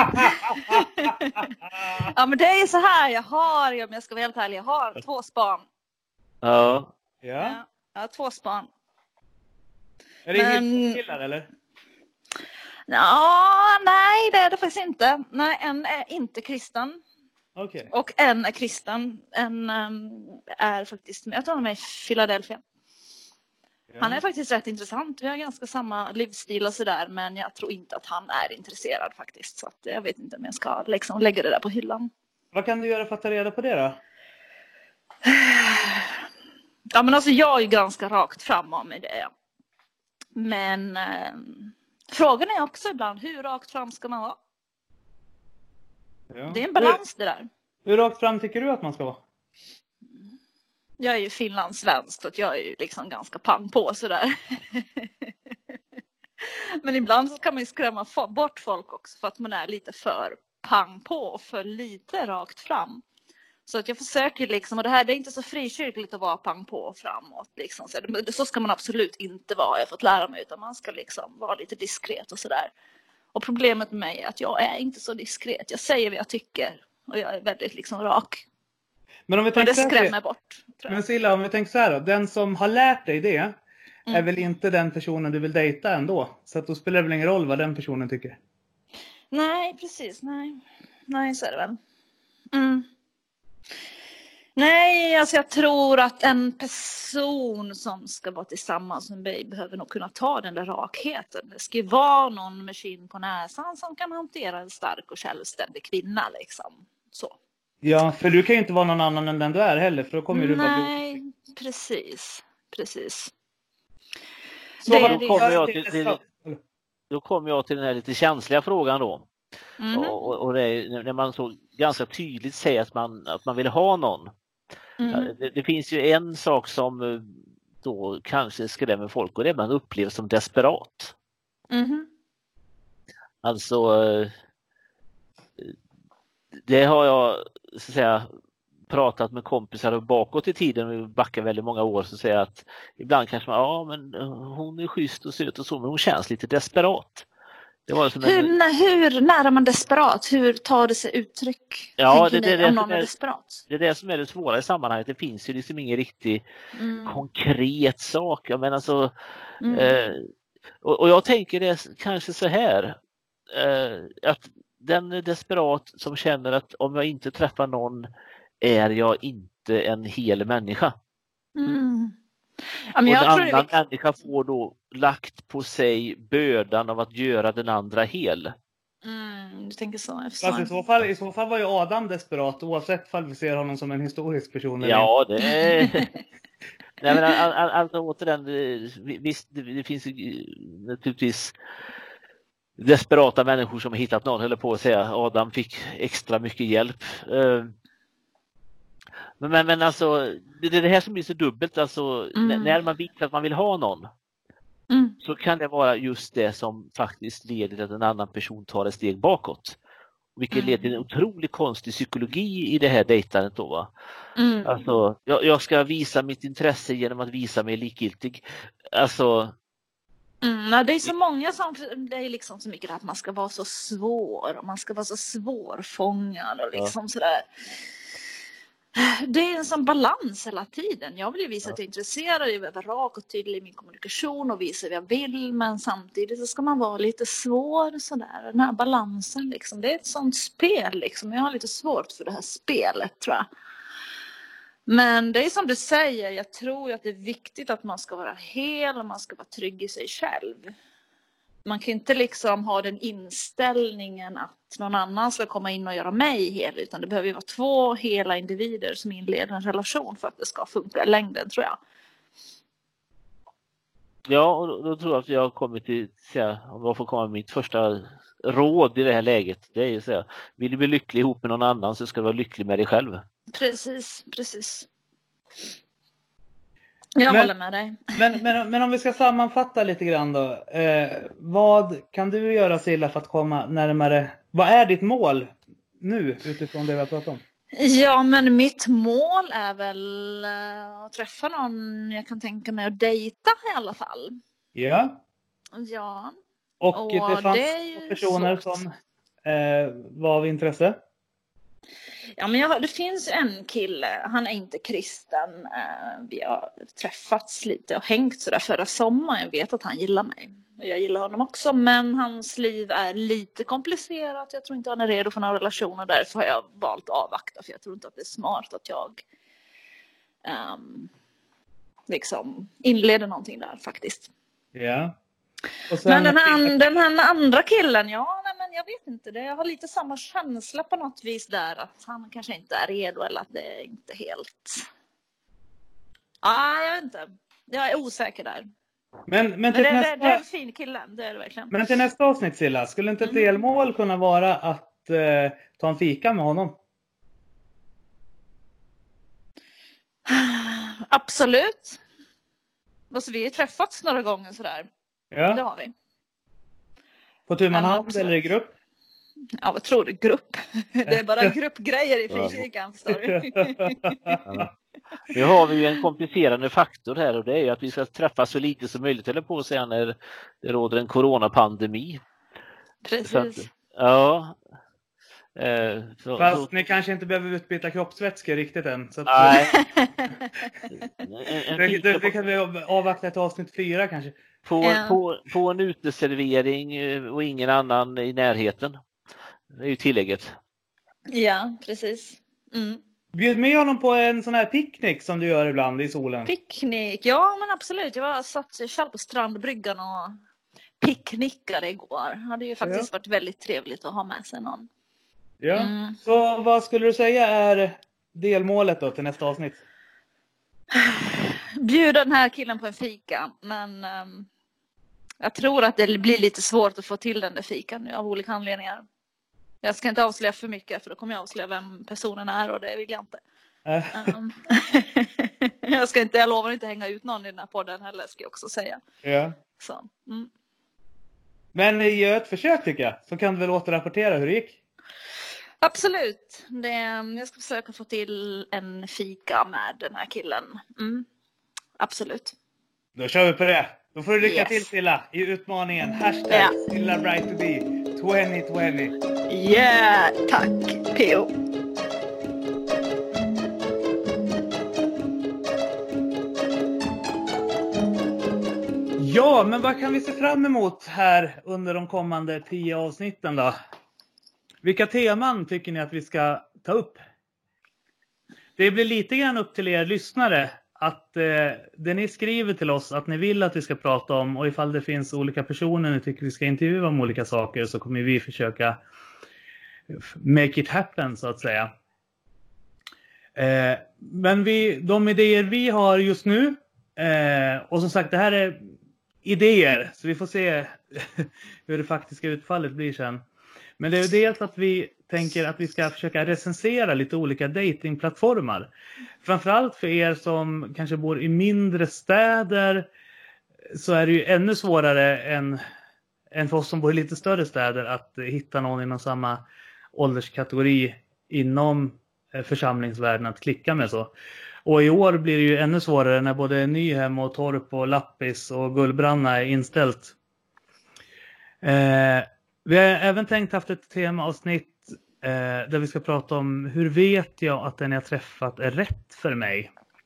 Ja, men det är så här, jag har, om jag ska vara helt ärlig, jag har två span. ja, Ja. Ja, jag har två span. Är det Men- hiphop-killar, eller? Ja, nej, det är det faktiskt inte. Nej, en är inte kristen. Okej. Och en är kristen. En um, är faktiskt, jag tror han är med i Philadelphia. Ja. Han är faktiskt rätt intressant. Vi har ganska samma livsstil och sådär. Men jag tror inte att han är intresserad faktiskt. Så att jag vet inte om jag ska liksom lägga det där på hyllan. Vad kan du göra för att ta reda på det då? Ja, men alltså jag är ju ganska rakt fram om det. Ja. Men eh, frågan är också ibland, hur rakt fram ska man vara? Ja. Det är en balans det där. Hur, hur rakt fram tycker du att man ska vara? Jag är ju finlandssvensk så att jag är ju liksom ganska pang på sådär. Men ibland så kan man ju skrämma fo- bort folk också för att man är lite för pang på och för lite rakt fram. Så att jag försöker liksom, och det här det är inte så frikyrkligt att vara pang på framåt liksom. Så, så ska man absolut inte vara, jag har fått lära mig, utan man ska liksom vara lite diskret och sådär. Och problemet med mig är att jag är inte så diskret. Jag säger vad jag tycker och jag är väldigt liksom rak. Men om vi tänker och det skrämmer här, bort. Men Silla, om vi tänker så här då. Den som har lärt dig det mm. är väl inte den personen du vill dejta ändå. Så att då spelar det väl ingen roll vad den personen tycker. Nej, precis. Nej, nej så är det väl. Mm. Nej, alltså jag tror att en person som ska vara tillsammans med mig behöver nog kunna ta den där rakheten. Det ska ju vara någon med skinn på näsan som kan hantera en stark och självständig kvinna liksom. Så. Ja, för du kan ju inte vara någon annan än den du är heller, för då kommer du bara bli... Nej, precis. Precis. Så det, då, kommer jag till, till, då kommer jag till den här lite känsliga frågan då. Mm. Och, och det är när man så ganska tydligt säger att man, att man vill ha någon. Mm. Det, det finns ju en sak som då kanske skrämmer folk, och det är att man upplevs som desperat. Mm. Alltså det har jag så att säga pratat med kompisar bakåt i tiden, och vi backar väldigt många år, så säger jag att ibland kanske man, ja men hon är schysst och söt och så, men hon känns lite desperat. Det var som hur, en... när, hur när är man desperat? Hur tar det sig uttryck? Ja, det, det, det, om någon är, är desperat? Det är det som är det svåra i sammanhanget. Det finns ju liksom ingen riktig mm. konkret sak. Jag menar så, mm. eh, och, och jag tänker det kanske så här, eh, att den är desperat som känner att om jag inte träffar någon är jag inte en hel människa. Mm. Ja, och jag en tror annan det är... människa får då lagt på sig bördan av att göra den andra hel. Mm, du tänker så. Alltså, i, så fall, I så fall var ju Adam desperat, oavsett om vi ser honom som en historisk person. Ja, det är... Nej, men all, all, alltså återigen, visst, det, det finns ju naturligtvis desperata människor som har hittat någon, eller på att säga. Adam fick extra mycket hjälp. Men, men, men alltså, det är det här som blir så dubbelt. Alltså, mm. när man vet att man vill ha någon, mm. så kan det vara just det som faktiskt leder till att en annan person tar ett steg bakåt. Vilket mm. leder till en otroligt konstig psykologi i det här dejtandet då, va? Mm. Alltså, jag, jag ska visa mitt intresse genom att visa mig likgiltig. Alltså... Mm, nej, det är så många som, det är liksom så mycket att man ska vara så svår och man ska vara så svårfångad och liksom ja. sådär. Det är en sån balans hela tiden. Jag vill ju visa ja. att jag är intresserad, jag vill vara rak och tydlig i min kommunikation och visa vad jag vill, men samtidigt så ska man vara lite svår sådär. Den här balansen liksom, det är ett sånt spel liksom. Jag har lite svårt för det här spelet, tror jag. Men det är som du säger, jag tror att det är viktigt att man ska vara hel och man ska vara trygg i sig själv. Man kan inte liksom ha den inställningen att någon annan ska komma in och göra mig hel, utan det behöver ju vara två hela individer som inleder en relation för att det ska funka i längden, tror jag. Ja, och då tror jag att jag har kommit till, om jag får komma med mitt första råd i det här läget, det är ju så här, vill du bli lycklig ihop med någon annan så ska du vara lycklig med dig själv. Precis, precis. Jag men, håller med dig. Men, men, men om vi ska sammanfatta lite grann då. Eh, vad kan du göra, Silla, för att komma närmare? Vad är ditt mål nu utifrån det vi har pratat om? Ja, men mitt mål är väl att träffa någon jag kan tänka mig att dejta i alla fall. Ja. Ja. Och, och det fanns det personer så... som eh, var av intresse? Ja, men jag, det finns en kille, han är inte kristen. Vi har träffats lite och hängt sådär förra sommaren. Jag vet att han gillar mig. Jag gillar honom också, men hans liv är lite komplicerat. Jag tror inte han är redo för några relationer. Därför har jag valt att avvakta, för jag tror inte att det är smart att jag um, liksom inleder någonting där faktiskt. Ja. Och sen... Men den här, den här andra killen, ja, nej, men jag vet inte. Det, jag har lite samma känsla på något vis där. Att han kanske inte är redo, eller att det är inte helt... Ah, jag vet inte. Jag är osäker där. Men, men, men det, nästa... det, det är en fin kille, det är det verkligen. Men till nästa avsnitt, Silla, skulle inte ett mm. delmål kunna vara att eh, ta en fika med honom? Absolut. Alltså, vi har träffats några gånger sådär. Ja. Det har vi. På tu man hand eller i grupp? Ja, vad tror du? Grupp. Det är bara gruppgrejer i frikyrkan, förstår du? Ja. Nu har vi ju en komplicerande faktor här och det är ju att vi ska träffas så lite som möjligt eller på sig när det råder en coronapandemi. Precis. Att, ja. Eh, så, Fast så, ni kanske inte behöver utbyta kroppsvätskor riktigt än. Så att, nej. det, det, det kan vi avvakta ett avsnitt fyra kanske. På, Ja. på, på en uteservering och ingen annan i närheten. Det är ju tillägget. Ja, precis. Mm. Bjud med honom på en sån här picknick som du gör ibland i solen. Picknick, ja men absolut. Jag var satt själv på strandbryggan och picknickade igår. Det hade ju faktiskt Ja. varit väldigt trevligt att ha med sig någon. Ja. Mm. Så vad skulle du säga är delmålet då till nästa avsnitt? Bjuda den här killen på en fika, men um, jag tror att det blir lite svårt att få till den där fikan nu av olika anledningar. Jag ska inte avslöja för mycket för då kommer jag avslöja vem personen är och det vill jag inte. Äh. Um, jag ska inte, jag lovar inte hänga ut någon i den här podden heller, ska jag också säga. Ja. Så, mm. Men gör ett försök tycker jag. Så kan du väl återrapportera hur det gick. Absolut. Det, jag ska försöka få till en fika med den här killen. Mm. Absolut. Då kör vi på det. Då får du lycka Yes. till Silla i utmaningen. Hashtag Ja. Silla Bright to be tjugo tjugo. Yeah, tack P O. Ja, men vad kan vi se fram emot här under de kommande tio avsnitten då? Vilka teman tycker ni att vi ska ta upp? Det blir lite grann upp till er lyssnare att eh, det ni skriver till oss att ni vill att vi ska prata om, och ifall det finns olika personer ni tycker vi ska intervjua om olika saker, så kommer vi försöka make it happen så att säga. Eh, men vi, de idéer vi har just nu, eh, och som sagt det här är idéer så vi får se hur det faktiska utfallet blir sen. Men det är dels att vi tänker att vi ska försöka recensera lite olika datingplattformar. Framförallt för er som kanske bor i mindre städer så är det ju ännu svårare än, än för oss som bor i lite större städer att hitta någon inom samma ålderskategori inom församlingsvärlden att klicka med så. Och i år blir det ju ännu svårare när både Nyhem och Torp och Lappis och Gullbranna är inställt. Eh, vi har även tänkt haft ett temaavsnitt eh, där vi ska prata om hur vet jag att den jag träffat är rätt för mig.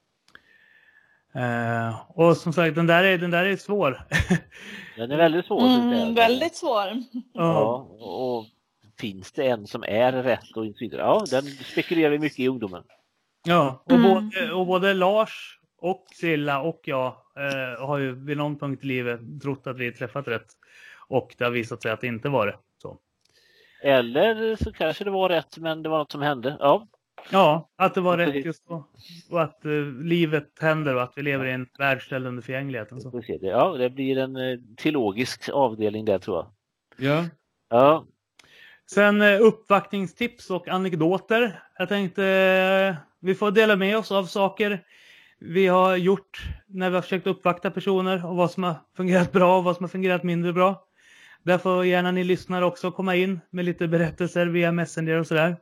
Eh, och som sagt, den där är, den där är svår. Den är väldigt svår. Mm, väldigt svår. Ja, och finns det en som är rätt och inte vidare? Ja, den spekulerar vi mycket i ungdomen. Ja, och, Mm. både, och både Lars och Silla och jag eh, har ju vid någon punkt i livet trott att vi träffat rätt. Och det har visat sig att det inte var det. Så. Eller så kanske det var rätt men det var något som hände. Ja, Ja, att det var rätt just då. Och att eh, livet händer och att vi lever i en världsställ under förgängligheten. Så. vi ser det. Ja, det blir en eh, teologisk avdelning där tror jag. Ja. Ja, Sen eh, uppvaktningstips och anekdoter. Jag tänkte eh, vi får dela med oss av saker vi har gjort när vi har försökt uppvakta personer och vad som har fungerat bra och vad som har fungerat mindre bra. Där får gärna ni lyssnare också komma in med lite berättelser via Messenger och sådär.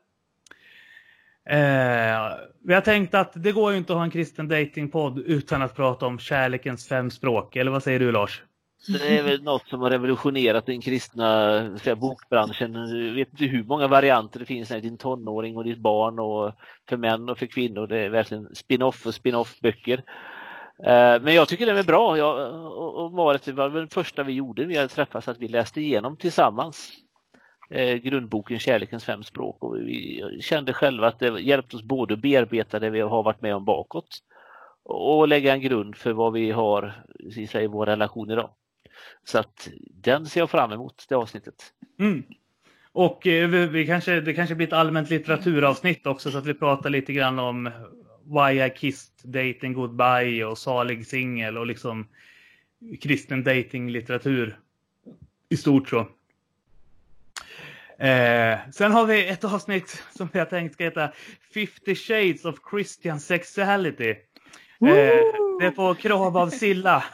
Eh, vi har tänkt att det går ju inte att ha en kristen datingpodd utan att prata om kärlekens fem språk. Eller vad säger du Lars? det är väl något som har revolutionerat den kristna säga, bokbranschen. Jag vet inte hur många varianter det finns när din tonåring och ditt barn och för män och för kvinnor. Det är verkligen spin-off och spin-off böcker. Eh, men jag tycker det är bra. Jag, och, och var det var det första vi gjorde. Vi hade träffats att vi läste igenom tillsammans eh, grundboken Kärlekens fem språk. Och vi kände själva att det hjälpte oss både att bearbeta det vi har varit med om bakåt och lägga en grund för vad vi har i vår relation idag. Så att den ser jag fram emot, det avsnittet. Mm. Och eh, vi, vi kanske, det kanske blir ett allmänt litteraturavsnitt också så att vi pratar lite grann om Why I Kissed Dating Goodbye och Salig Singel och liksom kristen datinglitteratur i stort så. Eh, sen har vi ett avsnitt som jag tänkt ska heta fifty Shades of Christian Sexuality. Eh, det är på krav av Silla.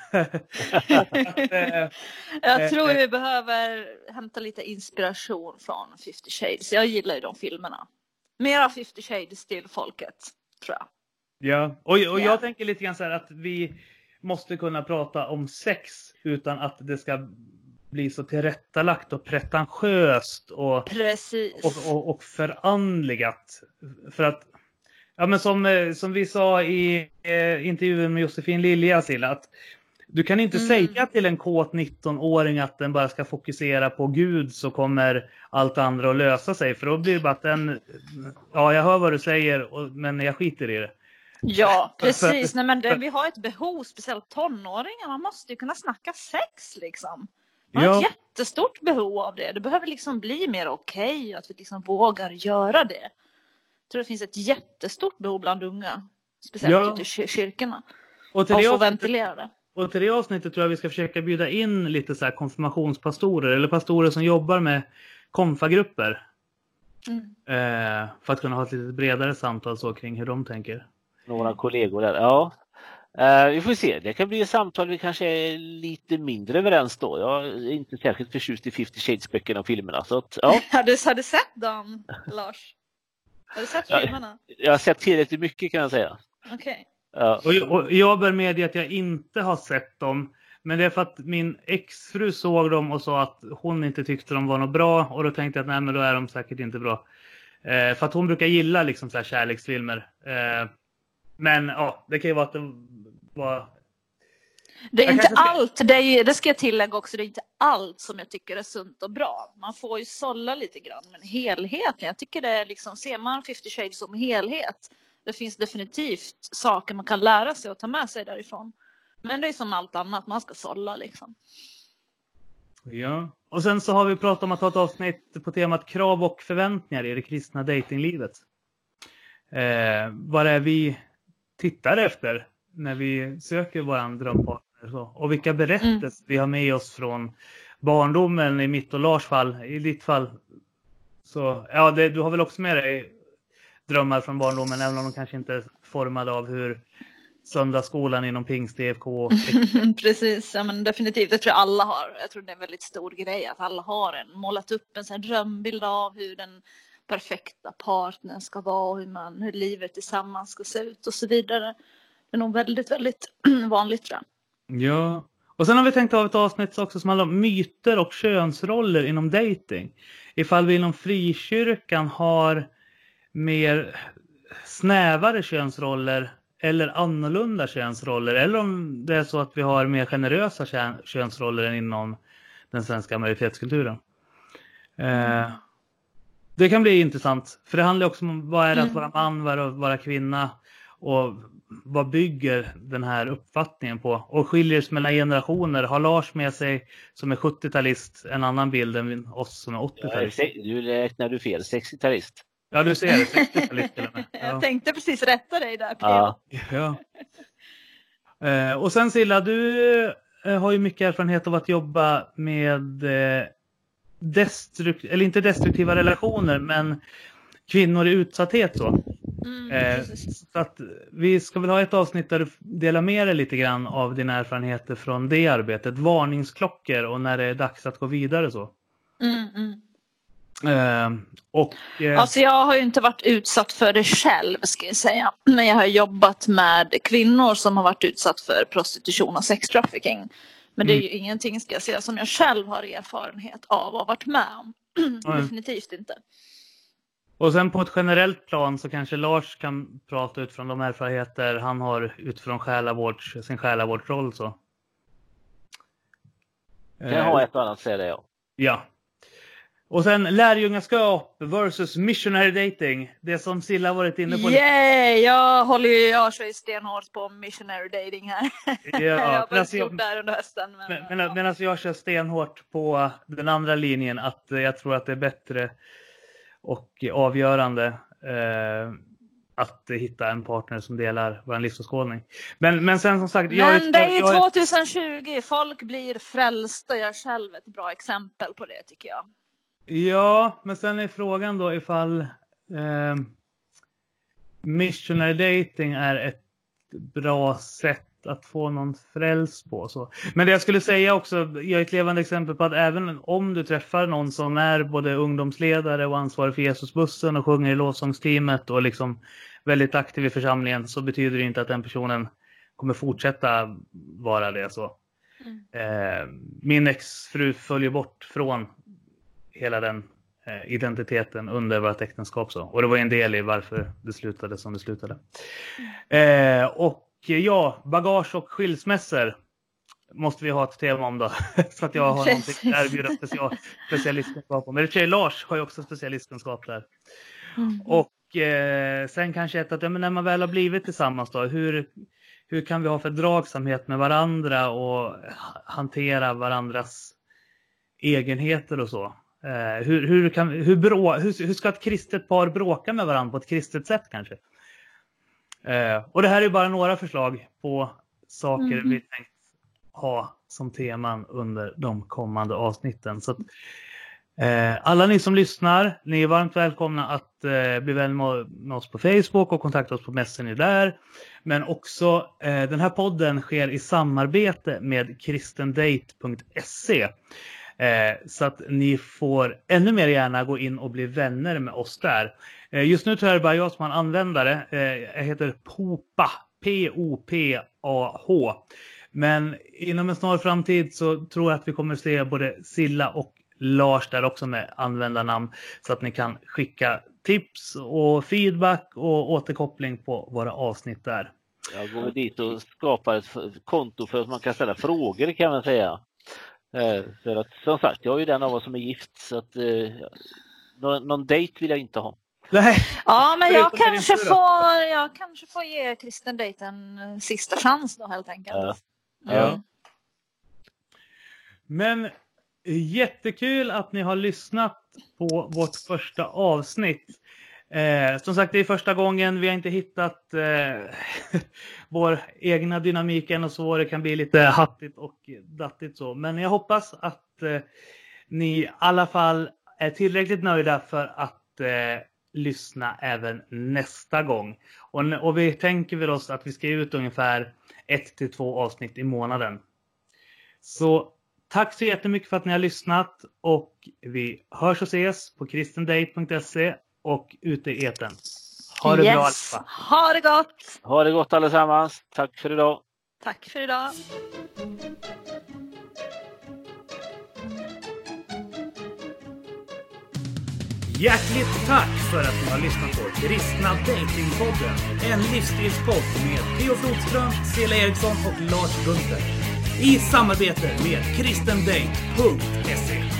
att, eh, Jag tror eh, vi behöver hämta lite inspiration från Fifty Shades. Jag gillar ju de filmerna. Mera Fifty Shades till folket, tror jag. Ja, och, och jag Ja. tänker lite grann så här att vi måste kunna prata om sex utan att det ska bli så tillrättalagt och pretentiöst och, Precis. och, och, och förandligat. För att, ja men som, eh, som vi sa i eh, intervjun med Josefin Lilja, Silla, att du kan inte Mm. säga till en kåt nitton-åring att den bara ska fokusera på Gud så kommer allt andra att lösa sig. För då blir det bara att den, ja jag hör vad du säger och, men jag skiter i det. Ja, precis. Nej, men det, vi har ett behov, speciellt tonåringar. Man måste ju kunna snacka sex liksom. Man har Ja. ett jättestort behov av det. Det behöver liksom bli mer okej att vi liksom vågar göra det. Jag tror det finns ett jättestort behov bland unga. Speciellt Ja. ute i kyr- kyrkorna. Och till, Och det få avsnittet, ventilera det. och till det avsnittet tror jag vi ska försöka bjuda in lite så här konfirmationspastorer eller pastorer som jobbar med konfagrupper. Mm. Eh, för att kunna ha ett lite bredare samtal så kring hur de tänker. Några kollegor där. Ja. Uh, vi får se. Det kan bli ett samtal vi kanske är lite mindre överens då. Jag är inte särskilt förtjust i Fifty Shades-böckerna och filmerna. Så att, ja. Har du, har du sett dem, Lars? Har du sett Ja. filmerna? Jag har sett tillräckligt mycket kan jag säga. Okej. Ja. Och, och jag bör medge att jag inte har sett dem. Men det är för att min exfru såg dem och sa att hon inte tyckte de var något bra. Och då tänkte jag att nej men då är de säkert inte bra. Eh, för att hon brukar gilla liksom så här kärleksfilmer. Eh, men ja, det kan ju vara att det var... Det är Jag inte kanske ska- allt, det, är ju, det ska jag tillägga också, det är inte allt som jag tycker är sunt och bra. Man får ju sålla lite grann, men helheten, jag tycker det är liksom, ser man Fifty Shades som helhet, det finns definitivt saker man kan lära sig och ta med sig därifrån. Men det är som allt annat, man ska sålla liksom. Ja. Och sen så har vi pratat om att ha ett avsnitt på temat krav och förväntningar i det kristna datinglivet. Eh, vad är vi tittar efter när vi söker våran drömpartner och så. Och vilka berättelser Mm. vi har med oss från barndomen i mitt och Lars fall. I ditt fall så, ja det, du har väl också med dig drömmar från barndomen även om de kanske inte är formade av hur söndagsskolan inom Pingst D F K. Precis, ja, men definitivt. Det tror jag alla har. Jag tror det är en väldigt stor grej att alla har en målat upp en sån här drömbild av hur den perfekta partnern ska vara, hur man, hur livet tillsammans ska se ut och så vidare. Det är nog väldigt, väldigt vanligt tror jag. Ja, och sen har vi tänkt av ett avsnitt också som handlar om myter och könsroller inom dating. Ifall vi inom frikyrkan har mer snävare könsroller eller annorlunda könsroller. Eller om det är så att vi har mer generösa kön- könsroller än inom den svenska majoritetskulturen. Eh, det kan bli intressant. För det handlar också om vad är det att vara man, vad är det att vara kvinna. Och vad bygger den här uppfattningen på? Och skiljer sig mellan generationer. Har Lars med sig som är sjuttiotalist en annan bild än oss som är åttiotalist? Ja, du räknar du fel. sextiotalist. Ja, du ser det. sextiotalist till och med. Ja. Jag tänkte precis rätta dig där. Ja. Ja. Eh, och sen Silla, du eh, har ju mycket erfarenhet av att jobba med eh, destrukt- eller inte destruktiva relationer, men kvinnor i utsatthet så. Mm, Eh, precis. så att vi ska väl ha ett avsnitt där du delar med dig lite grann av dina erfarenheter från det arbetet. Varningsklockor och när det är dags att gå vidare så. Mm, mm. Eh, och eh, Alltså jag har ju inte varit utsatt för det själv ska jag säga. Men jag har jobbat med kvinnor som har varit utsatt för prostitution och sextrafficking. Men det är ju Mm. ingenting ska jag säga som jag själv har erfarenhet av och varit med om. Mm. Definitivt inte. Och sen på ett generellt plan så kanske Lars kan prata utifrån de erfarenheter han har utifrån själavårds, sin själavårdsroll så. Jag har ett och annat att säga det, ja. Ja. Och sen lärjungaskap versus missionary dating. Det som Silla varit inne på. Yay! Jag håller ju, jag kör ju stenhårt på missionary dating här. Ja, jag har men bara alltså gjort jag- där under hösten. Men, Men, men, men alltså jag kör stenhårt på den andra linjen att eh, jag tror att det är bättre och avgörande eh, att hitta en partner som delar vår livsåskådning. Men, men sen som sagt, jag Men det är ju jag är- tjugohundratjugo, folk blir frälsta. Jag är själv ett bra exempel på det tycker jag. Ja, men sen är frågan då ifall eh, missionary dating är ett bra sätt att få någon fräls på. Så. Men det jag skulle säga också, jag är ett levande exempel på att även om du träffar någon som är både ungdomsledare och ansvarig för Jesusbussen och sjunger i lovsångsteamet och liksom väldigt aktiv i församlingen, så betyder det inte att den personen kommer fortsätta vara det. Så. Mm. Eh, min exfru följer bort från hela den eh, identiteten under vårt äktenskap. Så. Och det var en del i varför det slutade som det slutade. Eh, och ja, bagage och skilsmässor måste vi ha ett tema om då. Så att jag har någonting att erbjuda special, specialistkunskap om. Men det är Lars har ju också specialistkunskap där. Mm. Och eh, sen kanske ett att ja, men när man väl har blivit tillsammans då, hur, hur kan vi ha fördragsamhet med varandra och hantera varandras egenheter och så. Eh, hur, hur, kan, hur, brå, hur, hur ska ett kristet par bråka med varandra på ett kristet sätt kanske? Eh, och det här är bara några förslag på saker mm. vi tänkt ha som teman under de kommande avsnitten. Så att, eh, alla ni som lyssnar, ni är varmt välkomna att eh, bli vän med, med oss på Facebook och kontakta oss på Messenger där. Men också eh, den här podden sker i samarbete med kristendate punkt se. Eh, så att ni får ännu mer gärna gå in och bli vänner med oss där. Eh, just nu tror jag det bara jag som har en användare. Eh, jag heter Popa, P O P A H. Men inom en snar framtid så tror jag att vi kommer att se både Silla och Lars där också med användarnamn. Så att ni kan skicka tips och feedback och återkoppling på våra avsnitt där. Jag går dit och skapar ett konto för att man kan ställa frågor kan man säga. Eh, för att som sagt, jag är ju den av oss som är gift så att eh, någon, någon dejt vill jag inte ha. Nej. Ja, men jag kanske, får, jag kanske får ge Kristen Date en sista chans då helt enkelt. Ja. Ja. Ja. Men jättekul att ni har lyssnat på vårt första avsnitt. Eh, som sagt, det är första gången vi har inte hittat eh, vår egna dynamik än och så. Det kan bli lite hattigt och dattigt så. Men jag hoppas att eh, ni i alla fall är tillräckligt nöjda för att eh, lyssna även nästa gång. Och, och vi tänker väl oss att vi ska ut ungefär ett till två avsnitt i månaden. Så tack så jättemycket för att ni har lyssnat och vi hörs och ses på kristendate punkt se och ute i etern. Ha det yes. bra allihopa. Ha det gott. Ha det gott allesammans. Tack för idag. Tack för idag. Hjärtligt tack för att ni har lyssnat på Kristna Datingpodden. En livsstilspodd med Theo Flodström, Silla Eriksson och Lars Gunther. I samarbete med kristendate punkt se.